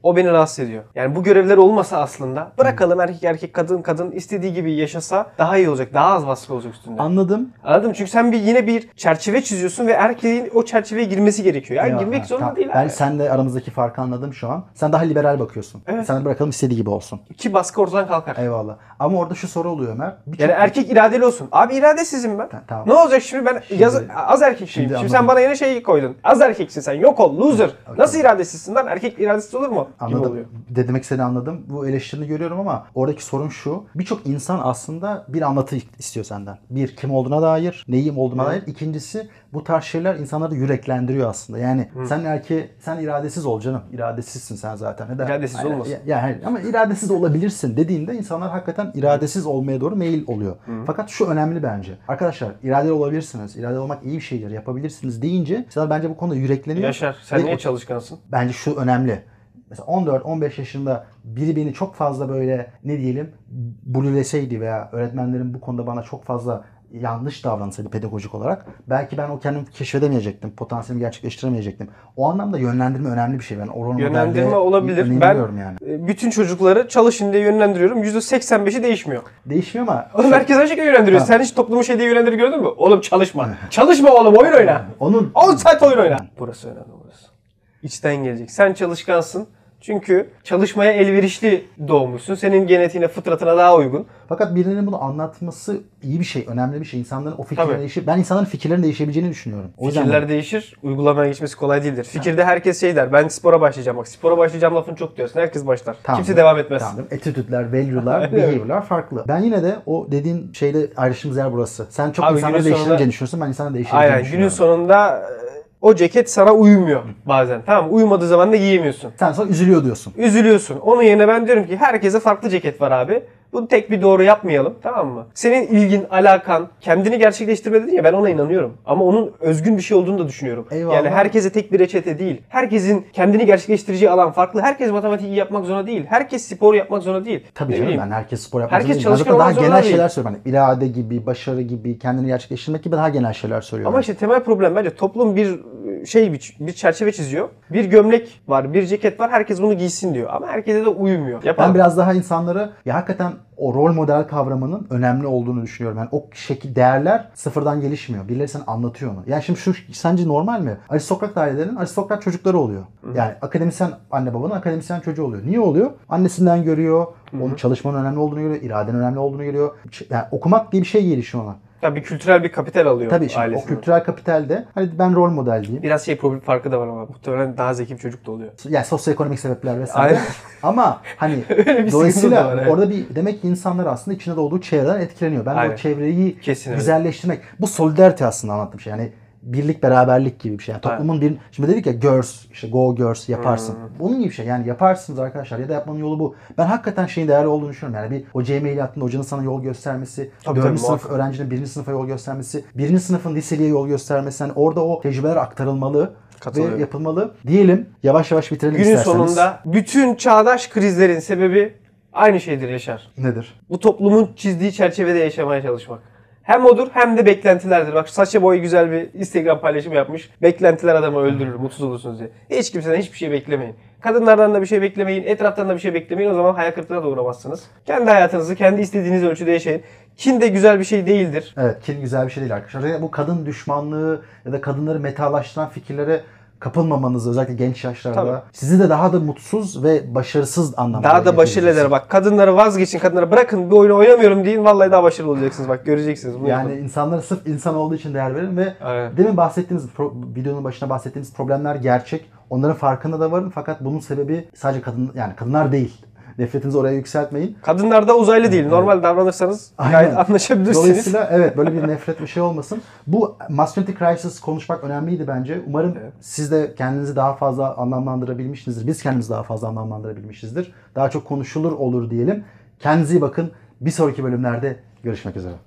S2: O beni rahatsız ediyor. Yani bu görevler olmasa aslında bırakalım erkek erkek kadın kadın istediği gibi yaşasa daha iyi olacak. Daha az baskı olacak üstünde.
S1: Anladım.
S2: Anladın mı? Çünkü sen bir yine bir çerçeve çiziyorsun ve erkeğin o çerçeveye girmesi gerekiyor. Yani
S1: Eyvallah.
S2: girmek zorunda
S1: Tamam.
S2: değil
S1: Ben
S2: abi.
S1: senle aramızdaki farkı anladım şu an. Sen daha liberal bakıyorsun.
S2: Evet.
S1: Sen de bırakalım istediği gibi olsun.
S2: Ki baskı ortadan kalkar.
S1: Eyvallah. Ama orada şu soru oluyor Ömer. Bir
S2: Yani
S1: çok-
S2: erkek iradeli olsun. Abi iradesizim ben.
S1: Tamam.
S2: Ne olacak şimdi ben yaz, az erkekliyim. Şimdi,
S1: Şimdi
S2: sen
S1: anladım.
S2: bana yine şey koydun. Az erkeksin sen. Yok ol. Loser.
S1: Okey.
S2: Nasıl iradesizsin lan? Erkek iradesiz olur mu? Gibi
S1: Anladım.
S2: oluyor.
S1: Ne demek istediğini anladım. Bu eleştirini görüyorum ama oradaki sorun şu. Birçok insan aslında bir anlatı istiyor senden. Bir, kim olduğuna dair, neyim olduğuna dair. İkincisi, bu tarz şeyler insanları da yüreklendiriyor aslında. Yani sen erkeğe, sen iradesiz ol canım. İradesizsin sen zaten. Neden?
S2: İradesiz
S1: Yani-
S2: olmasın.
S1: Ya, ya, hayır. Ama iradesiz olabilirsin dediğinde insanlar hakikaten iradesiz olmaya doğru meyil oluyor. Fakat şu önemli bence. Arkadaşlar iradeli olabilirsiniz. İradeli olmak iyi bir şeydir. Yapabilirsiniz deyince insanlar bence bu konuda yürekleniyor.
S2: Yaşar. Sen
S1: Ve
S2: niye
S1: o-
S2: çalışkansın?
S1: Bence şu önemli. Mesela on dört on beş yaşında biri beni çok fazla böyle ne diyelim bulüleseydi veya öğretmenlerin bu konuda bana çok fazla yanlış davransaydı pedagojik olarak belki ben o kendimi keşfedemeyecektim. Potansiyelimi gerçekleştiremeyecektim. O anlamda yönlendirme önemli bir şey. Ben o rol
S2: Yönlendirme
S1: modelde
S2: olabilir. Ben
S1: önemliyorum yani.
S2: e, bütün çocukları çalışın diye yönlendiriyorum. yüzde seksen beşi değişmiyor.
S1: Değişmiyor ama
S2: Oğlum herkes aynı şekilde yönlendiriyor.
S1: Ha.
S2: Sen hiç toplumu şey diye yönlendirir gördün mü? Oğlum çalışma. Çalışma oğlum oyun oyna.
S1: onun
S2: on saat oyun oyna. Burası önemli burası. İçten gelecek. Sen çalışkansın. Çünkü çalışmaya elverişli doğmuşsun. Senin genetiğine, fıtratına daha uygun.
S1: fakat birinin bunu anlatması iyi bir şey, önemli bir şey. İnsanların o fikirleri
S2: Tabii.
S1: değişir. Ben insanların fikirlerinin değişebileceğini düşünüyorum. O yüzden
S2: Fikirler değişir, uygulamaya geçmesi kolay değildir. Fikirde herkes şey der, ben spora başlayacağım. Bak spora başlayacağım lafını çok diyorsun. Herkes başlar.
S1: Tamam.
S2: Kimse devam etmez.
S1: Tamam. Attitude'ler, value'lar,
S2: Evet.
S1: behavior'lar farklı. Ben yine de o dediğin şeyle ayrıştığımız yer burası. Sen çok
S2: Abi
S1: insanları
S2: günün
S1: değiştireceğini
S2: sonunda-
S1: düşünüyorsun. Ben insanları değiştireceğini
S2: Aynen. Günün
S1: düşünüyorum.
S2: sonunda e, o ceket sana uymuyor bazen. Tamam mı? Uyumadığı zaman da giyemiyorsun.
S1: Sen sonra üzülüyor diyorsun.
S2: Üzülüyorsun. Onun yerine ben diyorum ki herkese farklı ceket var abi. Bunu tek bir doğru yapmayalım. Tamam mı? Senin ilgin, alakan, kendini gerçekleştirme dedin ya ben ona inanıyorum. Ama onun özgün bir şey olduğunu da düşünüyorum.
S1: Eyvallah.
S2: Yani herkese tek bir reçete değil. Herkesin kendini gerçekleştireceği alan farklı. Herkes matematik iyi yapmak zorunda değil. Herkes spor yapmak zorunda değil.
S1: Tabii
S2: Ne
S1: canım
S2: bileyim.
S1: ben herkes spor yapmak
S2: Herkes
S1: zorunda değilim. Ben
S2: çalışkan
S1: zaten daha
S2: olmak zorunda
S1: genel
S2: değil.
S1: şeyler söylüyorum. Hani irade gibi, başarı gibi, kendini gerçekleştirmek gibi daha genel şeyler söylüyorum.
S2: Ama işte temel problem bence toplum bir şey bir, bir çerçeve çiziyor. Bir gömlek var, bir ceket var. Herkes bunu giysin diyor. Ama herkese de uymuyor. Yapalım.
S1: ben biraz daha insanları ya hakikaten o rol model kavramının önemli olduğunu düşünüyorum. Yani o şekil değerler sıfırdan gelişmiyor. Birileri sana anlatıyor onu. Yani şimdi şu sence normal mi? Aristokrat ailelerinin aristokrat çocukları oluyor. Yani akademisyen anne babanın akademisyen çocuğu oluyor. Niye oluyor? Annesinden görüyor. Onun çalışmanın önemli olduğunu görüyor. iradenin önemli olduğunu görüyor. Yani okumak diye bir şey gelişiyor ona.
S2: Tabii kültürel bir kapital alıyor
S1: Tabii şimdi o
S2: ailesinden.
S1: kültürel kapitalde hani ben rol model diyeyim.
S2: Biraz şey problem farkı da var ama muhtemelen daha zeki bir çocuk da oluyor.
S1: Yani sosyoekonomik sebepler vesaire.
S2: Aynen.
S1: Ama hani
S2: bir sıkıntı da
S1: dolayısıyla
S2: var, evet.
S1: orada bir demek ki insanlar aslında içinde doğduğu çevreden etkileniyor. Ben de
S2: Aynen.
S1: o çevreyi
S2: Kesin öyle.
S1: güzelleştirmek. Bu solidarity aslında anlattığım şey. Yani birlik beraberlik gibi bir şey. Yani toplumun bir şimdi dedik ya girls işte go girls yaparsın.
S2: Hmm.
S1: Bunun gibi bir şey. Yani yaparsınız arkadaşlar ya da yapmanın yolu bu. Ben hakikaten şeyin değerli olduğunu düşünüyorum. Yani bir hocaya mail attığında hocanın sana yol göstermesi,
S2: Tabii,
S1: dördüncü
S2: tabii,
S1: sınıf
S2: muhakkak.
S1: öğrencinin birinci sınıfa yol göstermesi, birinci sınıfın liseliye yol göstermesi. Yani orada o tecrübeler aktarılmalı
S2: Katılıyorum.
S1: ve yapılmalı. Diyelim yavaş yavaş bitirelim
S2: Günün
S1: isterseniz.
S2: sonunda bütün çağdaş krizlerin sebebi aynı şeydir Yaşar.
S1: Nedir?
S2: Bu toplumun çizdiği çerçevede yaşamaya çalışmak. Hem odur hem de beklentilerdir. Bak Saça Boy güzel bir Instagram paylaşımı yapmış. Beklentiler adamı öldürür, mutsuz olursunuz diye. Hiç kimseden hiçbir şey beklemeyin. Kadınlardan da bir şey beklemeyin, etraftan da bir şey beklemeyin. O zaman hayal kırıklığına da uğramazsınız. Kendi hayatınızı kendi istediğiniz ölçüde yaşayın. Kin de güzel bir şey değildir.
S1: Evet, kin güzel bir şey değil arkadaşlar. Bu kadın düşmanlığı ya da kadınları metalaştıran fikirlere kapılmamanızı özellikle genç yaşlarda
S2: Tabii.
S1: sizi de daha da mutsuz ve başarısız anlamda
S2: Daha da başarılı eder. Bak kadınları vazgeçin, kadınları bırakın bir oyunu oynamıyorum deyin. Vallahi daha başarılı olacaksınız. Bak göreceksiniz. Bunu
S1: Yani
S2: yapın.
S1: insanlara sırf insan olduğu için değer verin ve
S2: Aynen.
S1: demin bahsettiğimiz pro- videonun başında bahsettiğimiz problemler gerçek. Onların farkında da varın fakat bunun sebebi sadece kadın yani kadınlar değil. Nefretinizi oraya yükseltmeyin.
S2: Kadınlar da uzaylı değil. Normal davranırsanız gayet
S1: Aynen.
S2: anlaşabilirsiniz.
S1: Dolayısıyla evet böyle bir nefret bir şey olmasın. Bu masculinity crisis konuşmak önemliydi bence. Umarım
S2: Evet.
S1: siz de kendinizi daha fazla anlamlandırabilmişsinizdir. Biz kendimizi daha fazla anlamlandırabilmişizdir. Daha çok konuşulur olur diyelim. Kendinize iyi bakın. Bir sonraki bölümlerde görüşmek üzere.